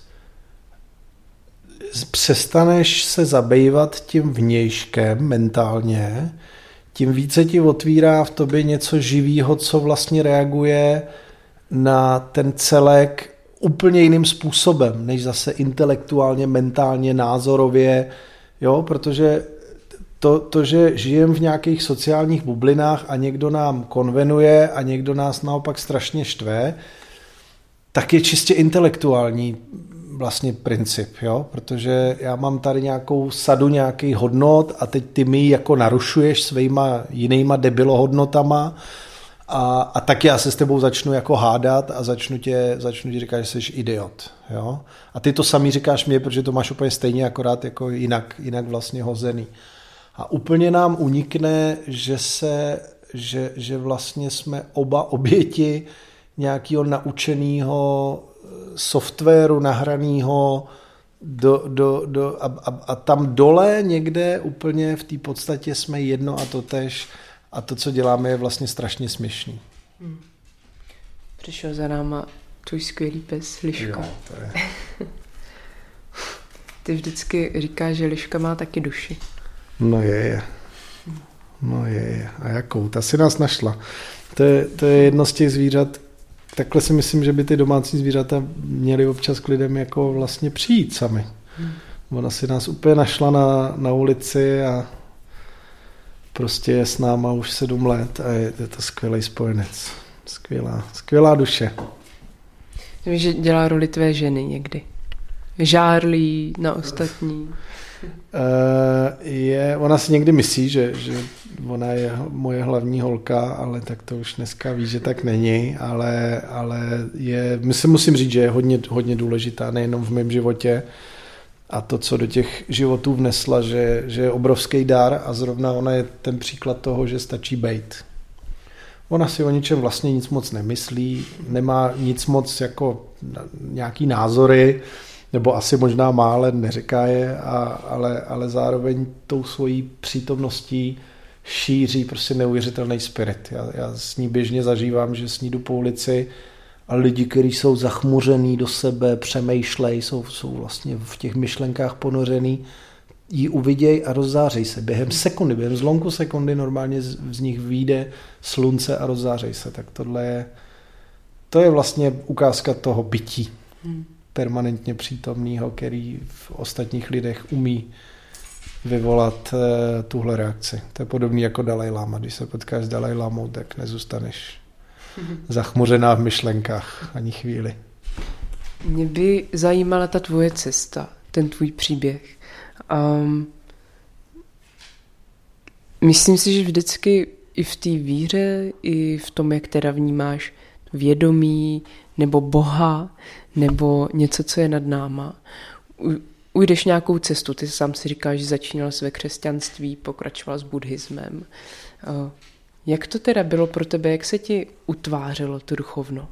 přestaneš se zabývat tím vnějškem mentálně, tím více ti otvírá v tobě něco živého, co vlastně reaguje na ten celek úplně jiným způsobem, než zase intelektuálně, mentálně, názorově, jo, protože to, to že žijeme v nějakých sociálních bublinách a někdo nám konvenuje a někdo nás naopak strašně štve, tak je čistě intelektuální vlastně princip, jo? Protože já mám tady nějakou sadu nějakých hodnot a teď ty mi jako narušuješ svýma jinýma debilohodnotama a, a tak já se s tebou začnu jako hádat a začnu tě, začnu ti říkat, že jsi idiot, jo? A ty to samý říkáš mě, protože to máš úplně stejně, akorát jako jinak, jinak vlastně hozený. A úplně nám unikne, že se, že, že vlastně jsme oba oběti nějakého naučeného softwaru nahraného do, do, do, a, a, a tam dole někde úplně v té podstatě jsme jedno a to tež a to, co děláme, je vlastně strašně směšný. Hmm. Přišel za náma tvůj skvělý pes Liška. Jo, to je. Ty vždycky říkáš, že Liška má taky duši. No je, je. No je, je. A jakou? Ta si nás našla. To je, to je jedno z těch zvířat. Takhle si myslím, že by ty domácí zvířata měly občas k lidem jako vlastně přijít sami. Hmm. Ona si nás úplně našla na, na ulici a prostě je s náma už sedm let a je, je to skvělý spojenec. Skvělá, skvělá duše. Víš, že dělá roli tvé ženy někdy. Žárlí na ostatní. Je, ona si někdy myslí, že, že ona je moje hlavní holka, ale tak to už dneska ví, že tak není, ale, ale je, myslím, musím říct, že je hodně, hodně důležitá nejenom v mém životě a to, co do těch životů vnesla, že, že je obrovský dar a zrovna ona je ten příklad toho, že stačí bejt. Ona si o ničem vlastně nic moc nemyslí, nemá nic moc jako nějaký názory, nebo asi možná má, ale neříká je, a, ale, ale zároveň tou svojí přítomností šíří prostě neuvěřitelný spirit. Já, já s ní běžně zažívám, že s ní jdu po ulici a lidi, kteří jsou zachmuřený do sebe, přemýšlej, jsou, jsou vlastně v těch myšlenkách ponořený, ji uviděj a rozzářej se. Během sekundy, během zlomku sekundy normálně z, z nich vyjde slunce a rozzářej se. Tak tohle je, to je vlastně ukázka toho bytí. Hmm. Permanentně přítomného, který v ostatních lidech umí vyvolat uh, tuhle reakci. To je podobný jako Dalaj Lama. Když se potkáš s Dalaj Lamou, tak nezůstaneš zachmuřená v myšlenkách ani chvíli. Mě by zajímala ta tvoje cesta, ten tvůj příběh. Um, myslím si, že vždycky i v té víře, i v tom, jak teda vnímáš vědomí, nebo Boha, nebo něco, co je nad náma. Ujdeš nějakou cestu, ty sám si říkáš, že začínal své křesťanství, pokračoval s buddhismem. Jak to teda bylo pro tebe, jak se ti utvářelo to duchovno?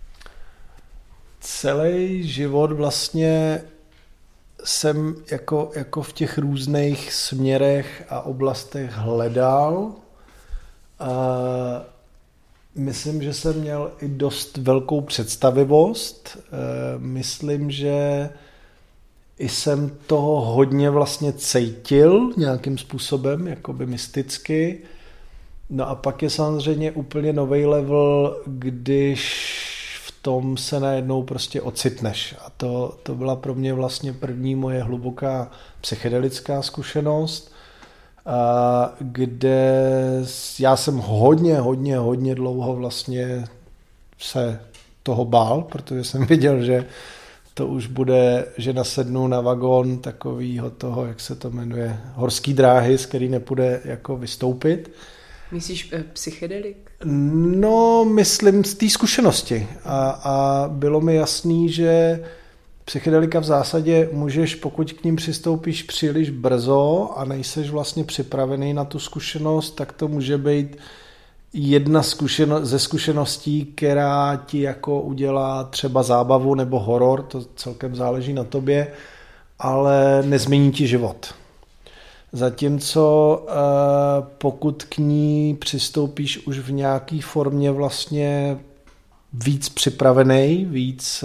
Celý život vlastně jsem jako, jako v těch různých směrech a oblastech hledal. A myslím, že jsem měl i dost velkou představivost. Myslím, že i jsem toho hodně vlastně cítil nějakým způsobem, jakoby mysticky. No a pak je samozřejmě úplně nový level, když v tom se najednou prostě ocitneš. A to, to byla pro mě vlastně první moje hluboká psychedelická zkušenost, a kde já jsem hodně, hodně, hodně dlouho vlastně se toho bál, protože jsem viděl, že to už bude, že nasednu na vagón takovýho toho, jak se to jmenuje, horský dráhy, z který nepůjde jako vystoupit. Myslíš eh, psychedelik? No, myslím z té zkušenosti. A, a bylo mi jasný, že psychedelika v zásadě můžeš, pokud k ním přistoupíš příliš brzo a nejseš vlastně připravený na tu zkušenost, tak to může být jedna zkušeno- ze zkušeností, která ti jako udělá třeba zábavu nebo horor, to celkem záleží na tobě, ale nezmění ti život. Zatímco pokud k ní přistoupíš už v nějaký formě vlastně víc připravený, víc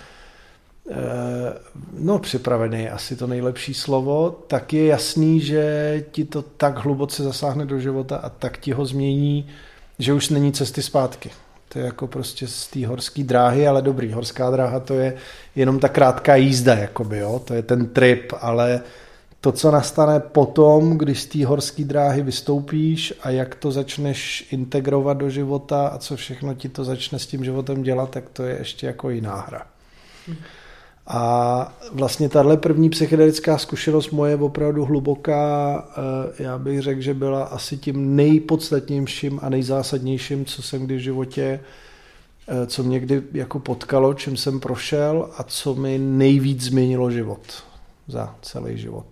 no připravený je asi to nejlepší slovo, tak je jasný, že ti to tak hluboce zasáhne do života a tak ti ho změní, že už není cesty zpátky. To je jako prostě z té horské dráhy, ale dobrý, horská dráha to je jenom ta krátká jízda, jakoby, jo? To je ten trip, ale to, co nastane potom, když z té horské dráhy vystoupíš a jak to začneš integrovat do života a co všechno ti to začne s tím životem dělat, tak to je ještě jako jiná hra. Hmm. A vlastně tahle první psychedelická zkušenost moje opravdu hluboká, já bych řekl, že byla asi tím nejpodstatnějším a nejzásadnějším, co jsem kdy v životě, co mě kdy jako potkalo, čím jsem prošel a co mi nejvíc změnilo život za celý život.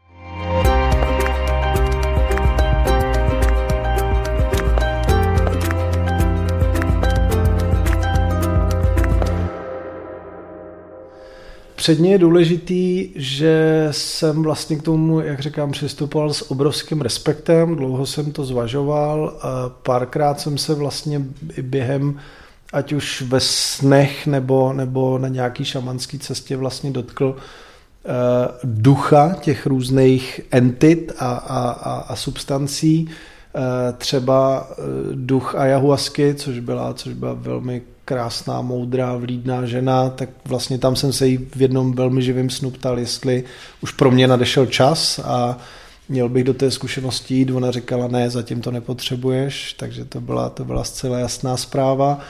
Předně je důležitý, že jsem vlastně k tomu, jak říkám, přistupoval s obrovským respektem, dlouho jsem to zvažoval, párkrát jsem se vlastně během, ať už ve snech nebo, nebo na nějaký šamanský cestě vlastně dotkl ducha těch různých entit a, a, a, a substancí. Třeba duch ayahuasky, což byla, což byla velmi krásná, moudrá, vlídná žena, tak vlastně tam jsem se jí v jednom velmi živém snu ptal, jestli už pro mě nadešel čas a měl bych do té zkušenosti jít. Ona říkala, ne, zatím to nepotřebuješ, takže to byla, to byla zcela jasná zpráva.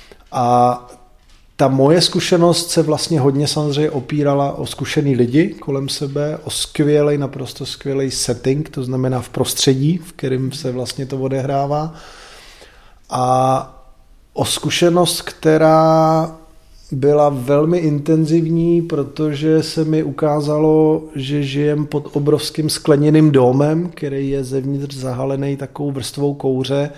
A ta moje zkušenost se vlastně hodně samozřejmě opírala o zkušený lidi kolem sebe, o skvělej, naprosto skvělej setting, to znamená v prostředí, v kterém se vlastně to odehrává. A o zkušenost, která byla velmi intenzivní, protože se mi ukázalo, že žijem pod obrovským skleněným domem, který je zevnitř zahalený takovou vrstvou kouře,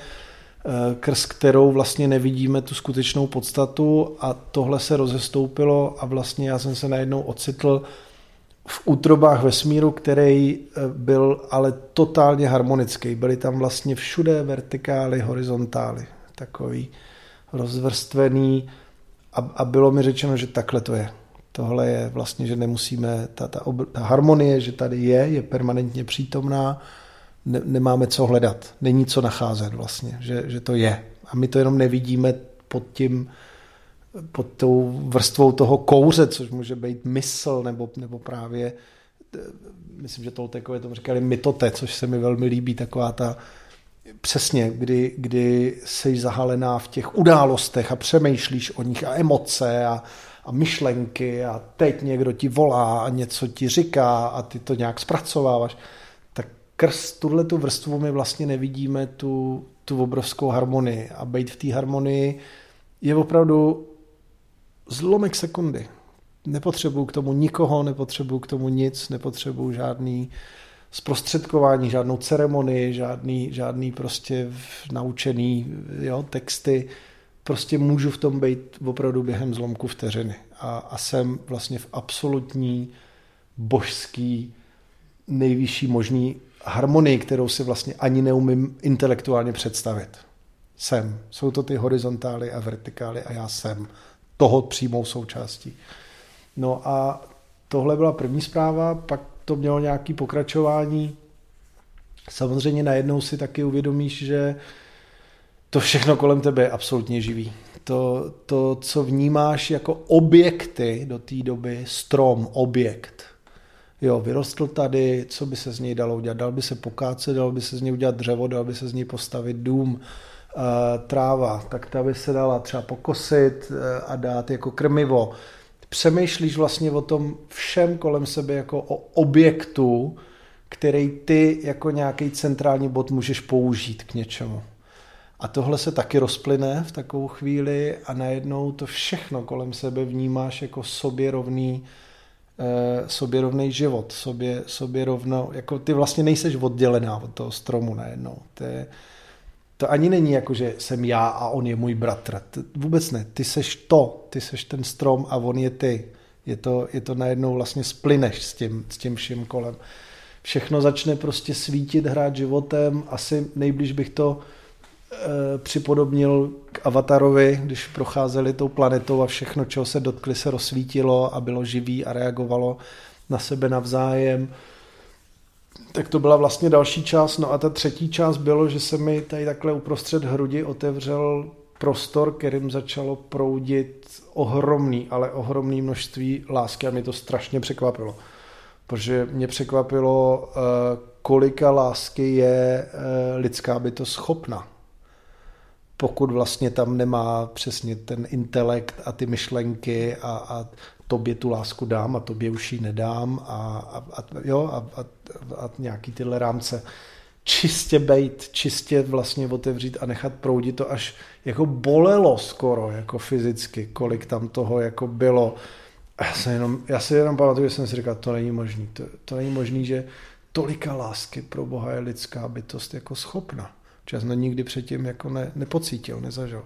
krz kterou vlastně nevidíme tu skutečnou podstatu, a tohle se rozestoupilo a vlastně já jsem se najednou ocitl v útrobách vesmíru, který byl ale totálně harmonický. Byly tam vlastně všude vertikály, horizontály, takový rozvrstvený, a, a bylo mi řečeno, že takhle to je. Tohle je vlastně, že nemusíme, ta, ta, ta harmonie, že tady je, je permanentně přítomná, ne, nemáme co hledat, není co nacházet vlastně, že, že to je. A my to jenom nevidíme pod tím, pod tou vrstvou toho kouře, což může být mysl, nebo, nebo právě, myslím, že Toltekové tomu říkali mitote, což se mi velmi líbí, taková ta přesně, kdy, kdy jsi zahalená v těch událostech a přemýšlíš o nich a emoce a, a myšlenky a teď někdo ti volá a něco ti říká a ty to nějak zpracováváš, tak krz tuhletu vrstvu my vlastně nevidíme tu, tu obrovskou harmonii, a být v té harmonii je opravdu zlomek sekundy. Nepotřebuju k tomu nikoho, nepotřebuju k tomu nic, nepotřebuju žádný zprostředkování, žádnou ceremonii, žádný, žádný prostě naučený, jo, texty. Prostě můžu v tom být opravdu během zlomku vteřiny. A, a jsem vlastně v absolutní božský nejvyšší možný harmonii, kterou si vlastně ani neumím intelektuálně představit. Jsem. Jsou to ty horizontály a vertikály a já jsem toho přímou součástí. No a tohle byla první zpráva, pak to mělo nějaké pokračování. Samozřejmě najednou si taky uvědomíš, že to všechno kolem tebe je absolutně živý. To, to co vnímáš jako objekty do té doby, strom, objekt. Jo, vyrostl tady, co by se z něj dalo udělat? Dal by se pokácet, dal by se z něj udělat dřevo, dal by se z něj postavit dům, tráva, tak ta by se dala třeba pokosit a dát jako krmivo. Přemýšlíš vlastně o tom všem kolem sebe jako o objektu, který ty jako nějaký centrální bod můžeš použít k něčemu. A tohle se taky rozplyne v takovou chvíli a najednou to všechno kolem sebe vnímáš jako sobě rovný, eh, sobě rovnej život, sobě, sobě rovno, jako ty vlastně nejseš oddělená od toho stromu najednou. To je, To ani není jako, že jsem já a on je můj bratr. Vůbec ne. Ty seš to, ty seš ten strom a on je ty. Je to, je to najednou vlastně splyneš s tím, s tím vším kolem. Všechno začne prostě svítit, hrát životem. Asi nejblíž bych to e, připodobnil k Avatarovi, když procházeli tou planetou a všechno, čeho se dotkli, se rozsvítilo a bylo živý a reagovalo na sebe navzájem. Tak to byla vlastně další část. No a ta třetí část bylo, že se mi tady takhle uprostřed hrudi otevřel prostor, kterým začalo proudit ohromný, ale ohromný množství lásky a mě to strašně překvapilo. Protože mě překvapilo, kolika lásky je lidská bytost schopna. Pokud vlastně tam nemá přesně ten intelekt a ty myšlenky a, a tobě tu lásku dám a tobě už ji nedám a, a, a, jo, a, a, a nějaký tyhle rámce. Čistě bejt, čistě vlastně otevřít a nechat proudit, to až jako bolelo skoro, jako fyzicky, kolik tam toho jako bylo. A já, jsem jenom, já si jenom pamatuju, že jsem si říkal, to není možný, to, to není možný, že tolika lásky pro Boha je lidská bytost jako schopna. Já jsem to nikdy předtím jako ne, nepocítil, nezažil.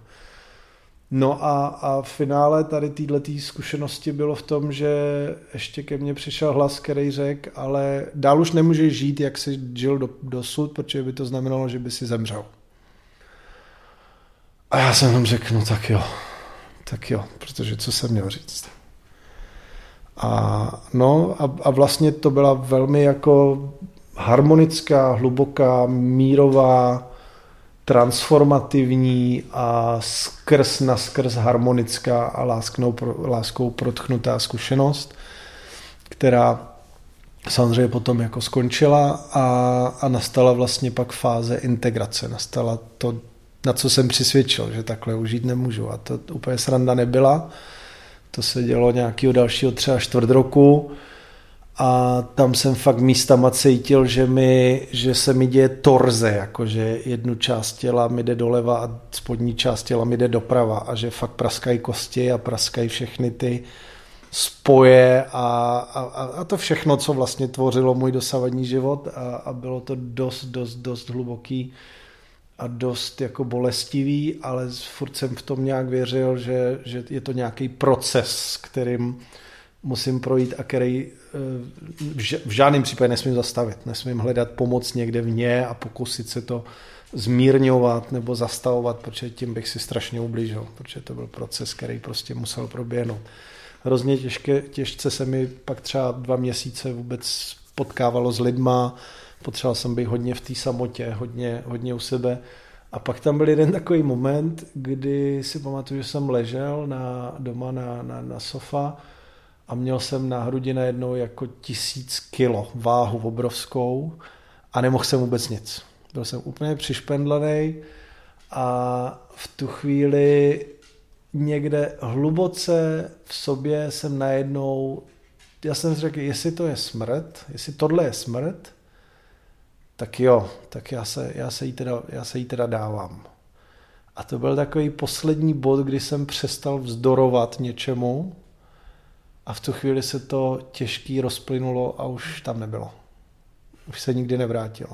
No a, a v finále tady této zkušenosti bylo v tom, že ještě ke mně přišel hlas, který řekl, ale dál už nemůžeš žít, jak jsi žil do, dosud, protože by to znamenalo, že by si zemřel. A já jsem jenom řekl, no tak jo, tak jo, protože co jsem měl říct. A, no, a, a vlastně to byla velmi jako harmonická, hluboká, mírová, transformativní a skrz na skrz harmonická a láskou, láskou protchnutá zkušenost, která samozřejmě potom jako skončila a, a nastala vlastně pak fáze integrace. Nastala to, na co jsem přisvědčil, že takhle už žít nemůžu. A to úplně sranda nebyla. To se dělo nějakého dalšího třeba čtvrt roku a tam jsem fakt místama cítil, že, mi, že se mi děje torze, jakože jednu část těla mi jde doleva a spodní část těla mi jde doprava a že fakt praskají kosti a praskají všechny ty spoje a, a, a to všechno, co vlastně tvořilo můj dosavadní život a, a bylo to dost, dost, dost hluboký a dost jako bolestivý, ale furt jsem v tom nějak věřil, že, že je to nějaký proces, kterým musím projít a který v žádném případě nesmím zastavit. Nesmím hledat pomoc někde vně a pokusit se to zmírňovat nebo zastavovat, protože tím bych si strašně ublížil, protože to byl proces, který prostě musel proběhnout. Hrozně těžké, těžce se mi pak třeba dva měsíce vůbec potkávalo s lidma, potřeboval jsem být hodně v té samotě, hodně, hodně u sebe. A pak tam byl jeden takový moment, kdy si pamatuju, že jsem ležel na, doma na, na, na sofa a měl jsem na hrudi najednou jako tisíc kilo váhu obrovskou a nemohl jsem vůbec nic. Byl jsem úplně přišpendlený a v tu chvíli někde hluboce v sobě jsem najednou, já jsem si řekl, jestli to je smrt, jestli tohle je smrt, tak jo, tak já se, já se, jí, teda, já se jí teda dávám. A to byl takový poslední bod, kdy jsem přestal vzdorovat něčemu a v tu chvíli se to těžký rozplynulo a už tam nebylo. Už se nikdy nevrátilo.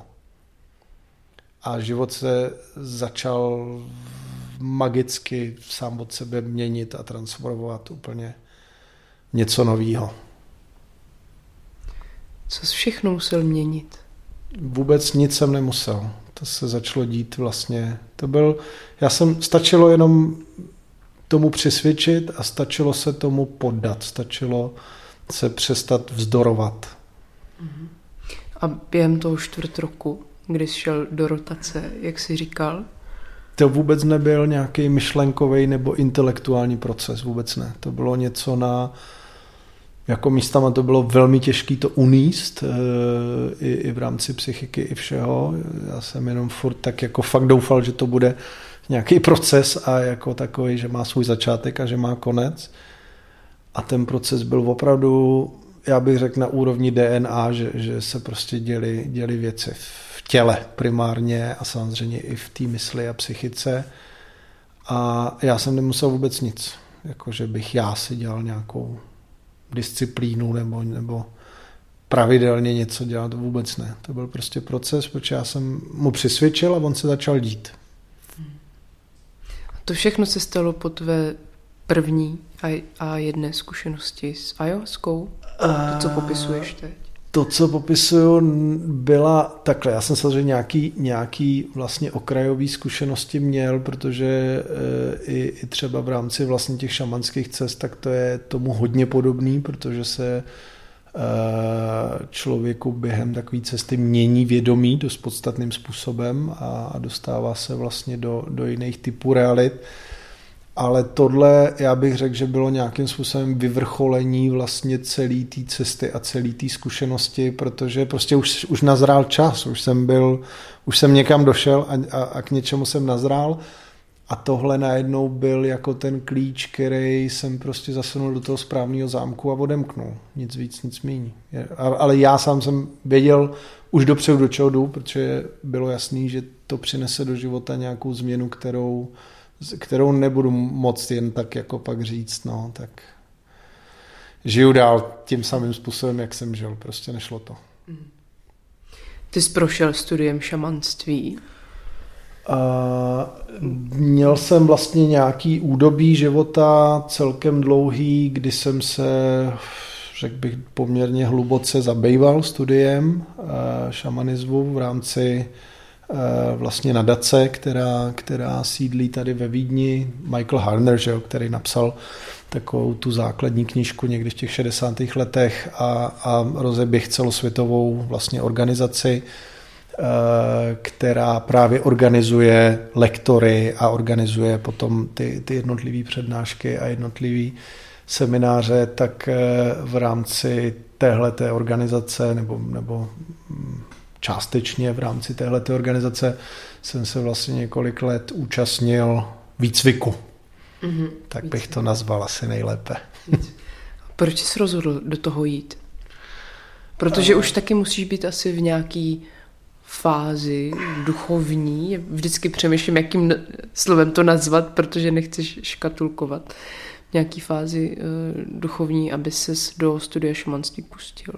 A život se začal magicky sám od sebe měnit a transformovat úplně něco novýho. Co jsi všechno musel měnit? Vůbec nic jsem nemusel. To se začalo dít vlastně. To byl, já jsem, stačilo jenom tomu přisvědčit a stačilo se tomu poddat. Stačilo se přestat vzdorovat. A během toho čtvrt roku, kdy jsi šel do rotace, jak jsi říkal? To vůbec nebyl nějaký myšlenkový nebo intelektuální proces, vůbec ne. To bylo něco na, jako místama to bylo velmi těžké to uníst, i, i v rámci psychiky, i všeho. Já jsem jenom furt tak jako fakt doufal, že to bude nějaký proces a jako takový, že má svůj začátek a že má konec. A ten proces byl opravdu, já bych řekl, na úrovni D N A, že, že se prostě děly, děly věci v těle primárně a samozřejmě i v té mysli a psychice. A já jsem nemusel vůbec nic. Jako, že bych já si dělal nějakou disciplínu nebo, nebo pravidelně něco dělat, to vůbec ne. To byl prostě proces, protože já jsem mu přisvědčil a on se začal dít. A to všechno se stalo po tvé první a, a jedné zkušenosti s ayahuaskou? To, co popisuješ teď? To, co popisuju, byla takhle. Já jsem samozřejmě nějaký, nějaký vlastně okrajový zkušenosti měl, protože i, i třeba v rámci vlastně těch šamanských cest, tak to je tomu hodně podobný, protože se člověku během takové cesty mění vědomí dost podstatným způsobem a, a dostává se vlastně do, do jiných typů realit. Ale tohle, já bych řekl, že bylo nějakým způsobem vyvrcholení vlastně celé té cesty a celé té zkušenosti, protože prostě už, už nazrál čas, už jsem byl, už jsem někam došel a, a, a k něčemu jsem nazrál a tohle najednou byl jako ten klíč, který jsem prostě zasunul do toho správného zámku a odemknul. Nic víc, nic míň. Ale já sám jsem věděl už dopředu, do čeho jdu, protože bylo jasný, že to přinese do života nějakou změnu, kterou kterou nebudu moct jen tak jako pak říct, no, tak žiju dál tím samým způsobem, jak jsem žil, prostě nešlo to. Ty jsi prošel studiem šamanství? A měl jsem vlastně nějaký údobí života celkem dlouhý, kdy jsem se, řekl bych, poměrně hluboce zabýval studiem šamanismu v rámci vlastně nadace, která, která sídlí tady ve Vídni, Michael Harner, že jo, který napsal takovou tu základní knížku někdy v těch šedesátých letech a, a rozeběh celosvětovou vlastně organizaci, která právě organizuje lektory a organizuje potom ty, ty jednotlivé přednášky a jednotlivé semináře, tak v rámci téhleté organizace nebo, nebo částečně v rámci téhleté organizace jsem se vlastně několik let účastnil výcviku. Mm-hmm. Tak bych to nazval asi nejlépe. Proč jsi rozhodl do toho jít? Protože už taky musíš být asi v nějaký fázi duchovní. Vždycky přemýšlím, jakým slovem to nazvat, protože nechceš škatulkovat. V nějaký fázi uh, duchovní, aby ses do studia šamanství pustil.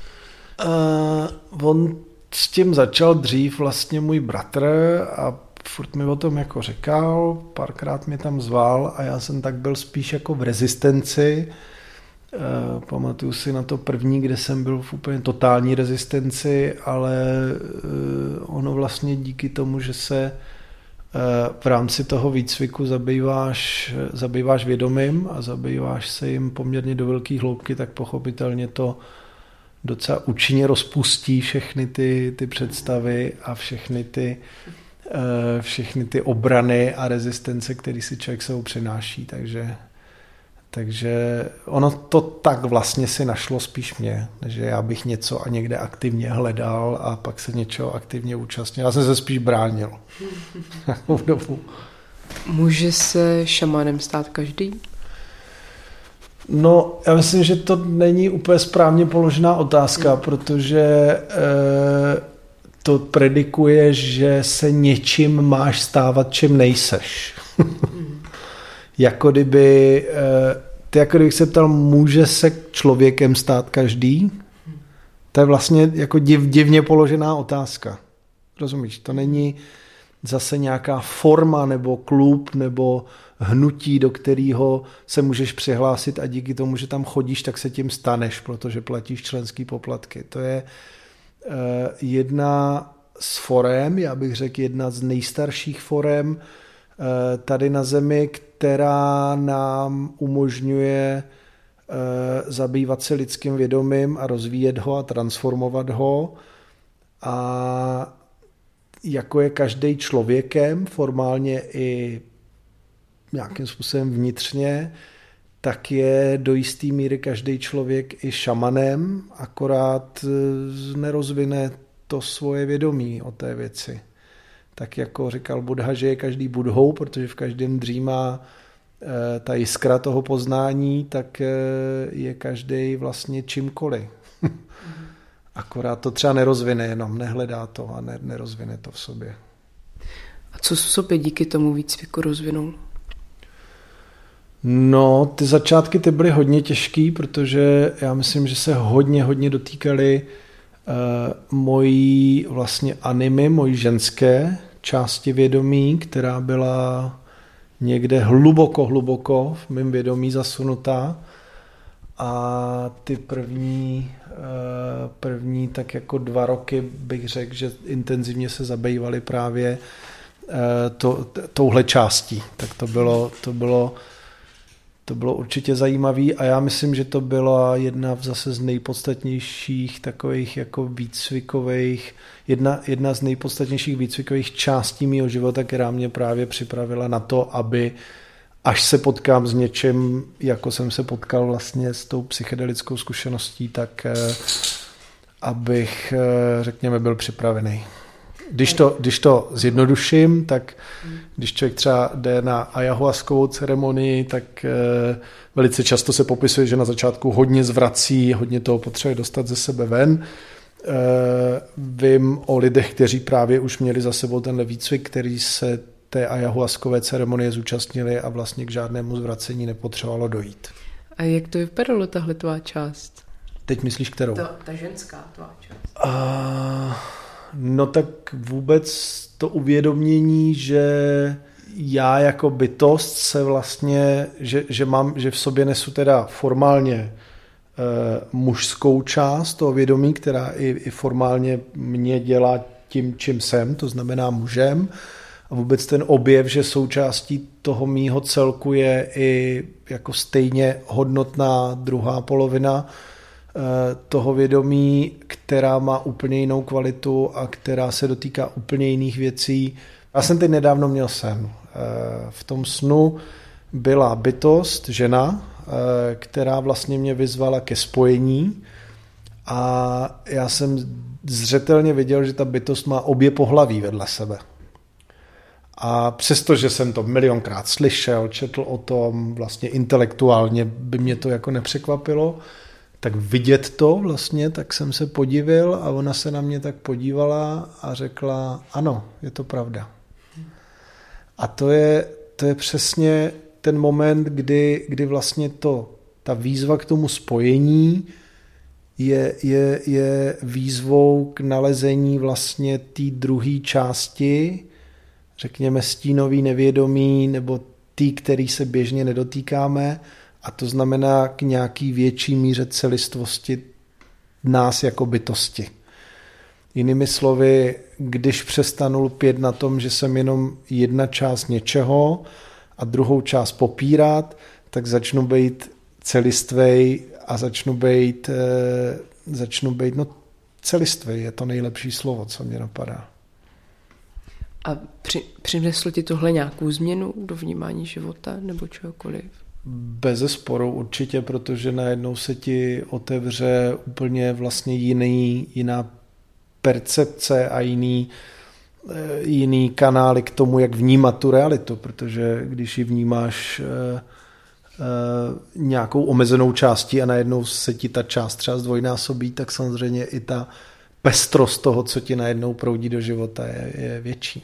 Uh, on s tím začal dřív vlastně můj bratr a furt mi o tom jako říkal, párkrát mě tam zval a já jsem tak byl spíš jako v rezistenci. Uh, pamatuju si na to první, kde jsem byl v úplně totální rezistenci, ale uh, ono vlastně díky tomu, že se uh, v rámci toho výcviku zabýváš, zabýváš vědomím a zabýváš se jim poměrně do velké hloubky, tak pochopitelně to docela účinně rozpustí všechny ty, ty představy a všechny ty, uh, všechny ty obrany a rezistence, které si člověk sebou přináší, takže Takže ono to tak vlastně si našlo spíš mě, že já bych něco a někde aktivně hledal a pak se něčeho aktivně účastnil. Já jsem se spíš bránil. Může se šamanem stát každý? No, já myslím, že to není úplně správně položená otázka, mm. protože e, to predikuje, že se něčím máš stávat, čím nejseš. mm. Jako kdyby, ty jako kdybych se ptal, může se člověkem stát každý? To je vlastně jako div, divně položená otázka. Rozumíš? To není zase nějaká forma nebo klub nebo hnutí, do kterého se můžeš přihlásit a díky tomu, že tam chodíš, tak se tím staneš, protože platíš členský poplatky. To je uh, jedna z forem, já bych řekl jedna z nejstarších forem uh, tady na Zemi, která nám umožňuje uh, zabývat se lidským vědomím a rozvíjet ho a transformovat ho. A jako je každý člověkem, formálně i nějakým způsobem vnitřně, tak je do jisté míry každý člověk i šamanem, akorát nerozvine to svoje vědomí o té věci. Tak jako říkal Buddha, že je každý budhou, protože v každém dřímá e, ta jiskra toho poznání, tak e, je každý vlastně čímkoliv. Akorát to třeba nerozvine jenom, nehledá to a ne, nerozvine to v sobě. A co v sobě díky tomu výcviku rozvinul? No, ty začátky ty byly hodně těžký, protože já myslím, že se hodně, hodně dotýkaly uh, mojí vlastně animy, mojí ženské části vědomí, která byla někde hluboko, hluboko v mém vědomí zasunutá. A ty první, uh, první tak jako dva roky bych řekl, že intenzivně se zabývali právě uh, to, touhle částí. Tak to bylo, to bylo To bylo určitě zajímavé a já myslím, že to byla jedna zase z nejpodstatnějších takových jako výcvikových, jedna, jedna z nejpodstatnějších výcvikových částí mého života, která mě právě připravila na to, aby až se potkám s něčím, jako jsem se potkal vlastně s tou psychedelickou zkušeností, tak abych, řekněme, byl připravený. Když to, když to zjednoduším, tak když člověk třeba jde na ayahuaskovou ceremonii, tak e, velice často se popisuje, že na začátku hodně zvrací, hodně toho potřebuje dostat ze sebe ven. E, vím o lidech, kteří právě už měli za sebou tenhle výcvik, který se té ayahuaskové ceremonie zúčastnili a vlastně k žádnému zvracení nepotřebovalo dojít. A jak to vypadalo, tahle tvá část? Teď myslíš kterou? To, ta ženská tvá část. A... No tak vůbec to uvědomění, že já jako bytost se vlastně, že, že mám, že v sobě nesu teda formálně e, mužskou část toho vědomí, která i, i formálně mě dělá tím, čím jsem, to znamená mužem. A vůbec ten objev, že součástí toho mýho celku je i jako stejně hodnotná druhá polovina toho vědomí, která má úplně jinou kvalitu a která se dotýká úplně jiných věcí. Já jsem teď nedávno měl sen. V tom snu byla bytost, žena, která vlastně mě vyzvala ke spojení a já jsem zřetelně viděl, že ta bytost má obě pohlaví vedle sebe. A přestože jsem to milionkrát slyšel, četl o tom, vlastně intelektuálně by mě to jako nepřekvapilo, tak vidět to vlastně, tak jsem se podivil a ona se na mě tak podívala a řekla, ano, je to pravda. A to je, to je přesně ten moment, kdy, kdy vlastně to, ta výzva k tomu spojení je, je, je výzvou k nalezení vlastně té druhé části, řekněme stínový, nevědomí, nebo tý, který se běžně nedotýkáme, a to znamená k nějaký větší míře celistvosti nás jako bytosti. Jinými slovy, když přestanu lpět na tom, že jsem jenom jedna část něčeho a druhou část popírat, tak začnu být celistvej a začnu být, eh, začnu být no, celistvej je to nejlepší slovo, co mě napadá. A při, přineslo ti tohle nějakou změnu do vnímání života nebo čehokoliv? Bezesporu určitě, protože najednou se ti otevře úplně vlastně jiný, jiná percepce a jiný, jiný kanály k tomu, jak vnímat tu realitu, protože když ji vnímáš eh, eh, nějakou omezenou částí a najednou se ti ta část třeba zdvojnásobí, tak samozřejmě i ta pestrost toho, co ti najednou proudí do života, je, je větší.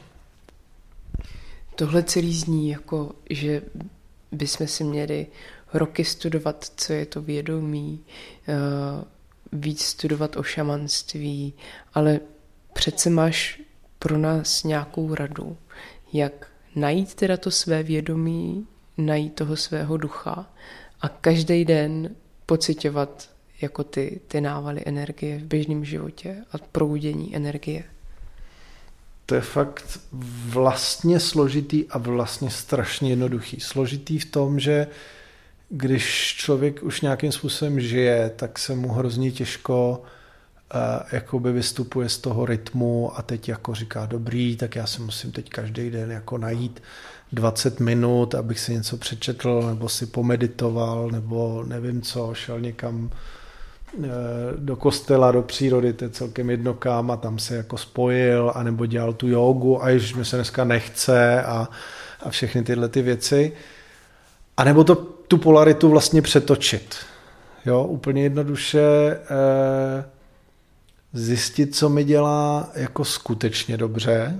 Tohle celý zní jako, že bychom si měli roky studovat, co je to vědomí, víc studovat o šamanství, ale přece máš pro nás nějakou radu, jak najít teda to své vědomí, najít toho svého ducha a každý den pociťovat jako ty, ty návaly energie v běžném životě a proudění energie. To je fakt vlastně složitý a vlastně strašně jednoduchý. Složitý v tom, že když člověk už nějakým způsobem žije, tak se mu hrozně těžko uh, jakoby vystupuje z toho rytmu a teď jako říká dobrý, tak já si musím teď každý den jako najít dvacet minut, abych si něco přečetl nebo si pomeditoval nebo nevím co, šel někam do kostela, do přírody, to je celkem jedno kam a tam se jako spojil, anebo dělal tu jógu a již mi se dneska nechce a, a všechny tyhle ty věci. A nebo to, tu polaritu vlastně přetočit. Jo, úplně jednoduše eh, zjistit, co mi dělá jako skutečně dobře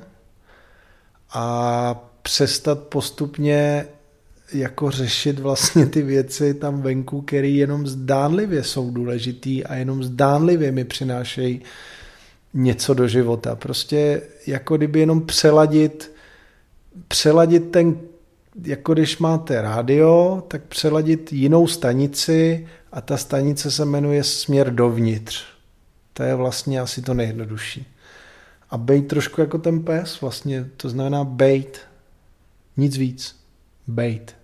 a přestat postupně jako řešit vlastně ty věci tam venku, které jenom zdánlivě jsou důležitý a jenom zdánlivě mi přinášejí něco do života. Prostě jako kdyby jenom přeladit, přeladit ten, jako když máte rádio, tak přeladit jinou stanici a ta stanice se jmenuje Směr dovnitř. To je vlastně asi to nejjednodušší. A bejt trošku jako ten pes, vlastně to znamená bejt. Nic víc. Bejt.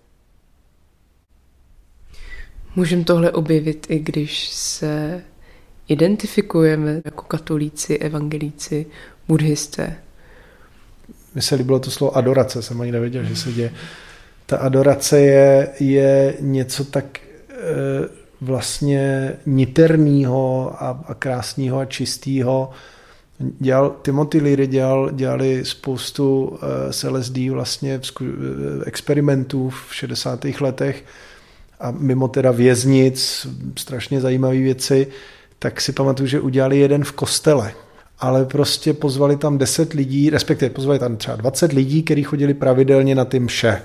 Můžeme tohle objevit, i když se identifikujeme jako katolíci, evangelíci, buddhisté. Mně se líbilo to slovo adorace, jsem ani nevěděl, že se děje. Ta adorace je, je něco tak e, vlastně niternýho a, a krásného a čistého. Dělal, Timothy Leary dělal, dělali spoustu uh, s L S D vlastně zku, experimentů v šedesátých letech a mimo teda věznic, strašně zajímavé věci, tak si pamatuju, že udělali jeden v kostele. Ale prostě pozvali tam deset lidí, respektive pozvali tam třeba dvacet lidí, kteří chodili pravidelně na ty mše.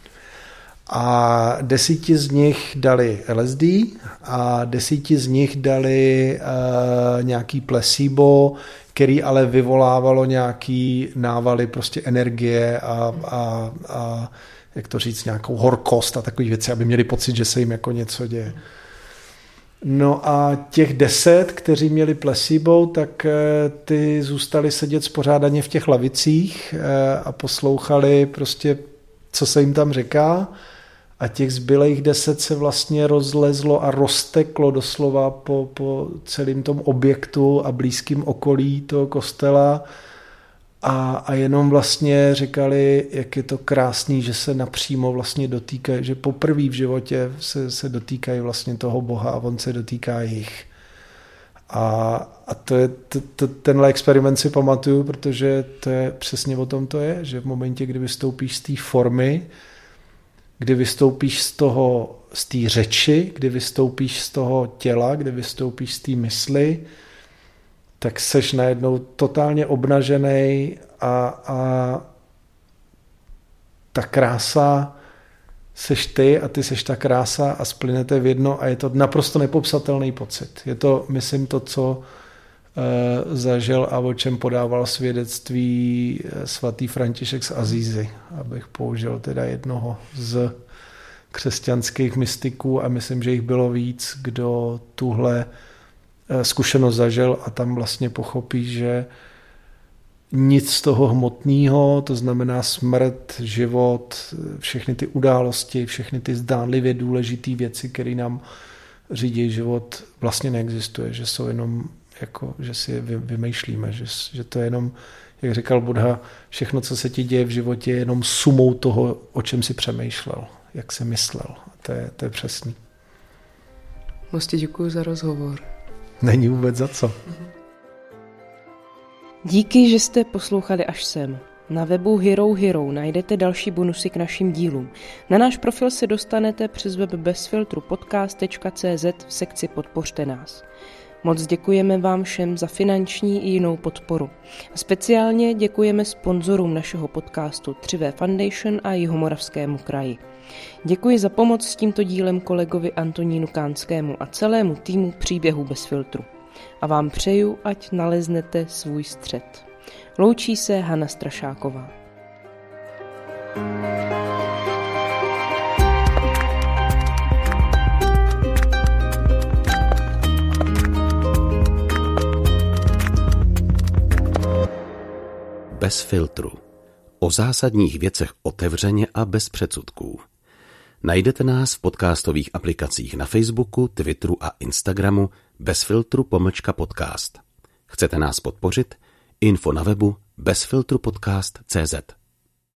A desíti z nich dali L S D a desíti z nich dali uh, nějaký placebo, který ale vyvolávalo nějaký návaly prostě energie a, a, a jak to říct, nějakou horkost a takové věci, aby měli pocit, že se jim jako něco děje. No a těch deset, kteří měli placebo, tak ty zůstali sedět spořádaně v těch lavicích a poslouchali prostě, co se jim tam říká. A těch zbylejch deset se vlastně rozlezlo a rozteklo doslova po, po celém tom objektu a blízkém okolí toho kostela a, a jenom vlastně říkali, jak je to krásný, že se napřímo vlastně dotýkají, že poprvé v životě se, se dotýkají vlastně toho Boha a on se dotýká jich. A, a to je, to, to, tenhle experiment si pamatuju, protože to je přesně o tom to je, že v momentě, kdy vystoupíš z té formy, kdy vystoupíš z toho, z té řeči, kdy vystoupíš z toho těla, kdy vystoupíš z té mysli, tak seš najednou totálně obnažený a, a ta krása seš ty a ty seš ta krása a splynete v jedno a je to naprosto nepopsatelný pocit. Je to, myslím, to, co e, zažil a o čem podával svědectví svatý František z Asízy, abych použil teda jednoho z křesťanských mystiků a myslím, že jich bylo víc, kdo tuhle zkušenost zažil a tam vlastně pochopí, že nic z toho hmotného, to znamená smrt, život, všechny ty události, všechny ty zdánlivě důležité věci, které nám řídí život, vlastně neexistuje, že jsou jenom jako, že si je vymýšlíme, že, že to je jenom, jak říkal Buddha, všechno, co se ti děje v životě, je jenom sumou toho, o čem si přemýšlel, jak jsi myslel. To je, to je přesný. Moc ti děkuji za rozhovor. Není vůbec za co. Díky, že jste poslouchali až sem. Na webu Hero Hero najdete další bonusy k našim dílům. Na náš profil se dostanete přes web bezfiltru podcast tečka cé zet v sekci Podpořte nás. Moc děkujeme vám všem za finanční i jinou podporu. A speciálně děkujeme sponzorům našeho podcastu tři vé Foundation a Jihomoravskému kraji. Děkuji za pomoc s tímto dílem kolegovi Antonínu Kánskému a celému týmu Příběhu bez filtru. A vám přeju, ať naleznete svůj střed. Loučí se Hana Strašáková. Bez filtru. O zásadních věcech otevřeně a bez předsudků. Najdete nás v podcastových aplikacích na Facebooku, Twitteru a Instagramu bez filtru pomlčka podcast. Chcete nás podpořit? Info na webu bezfiltrupodcast tečka cé zet.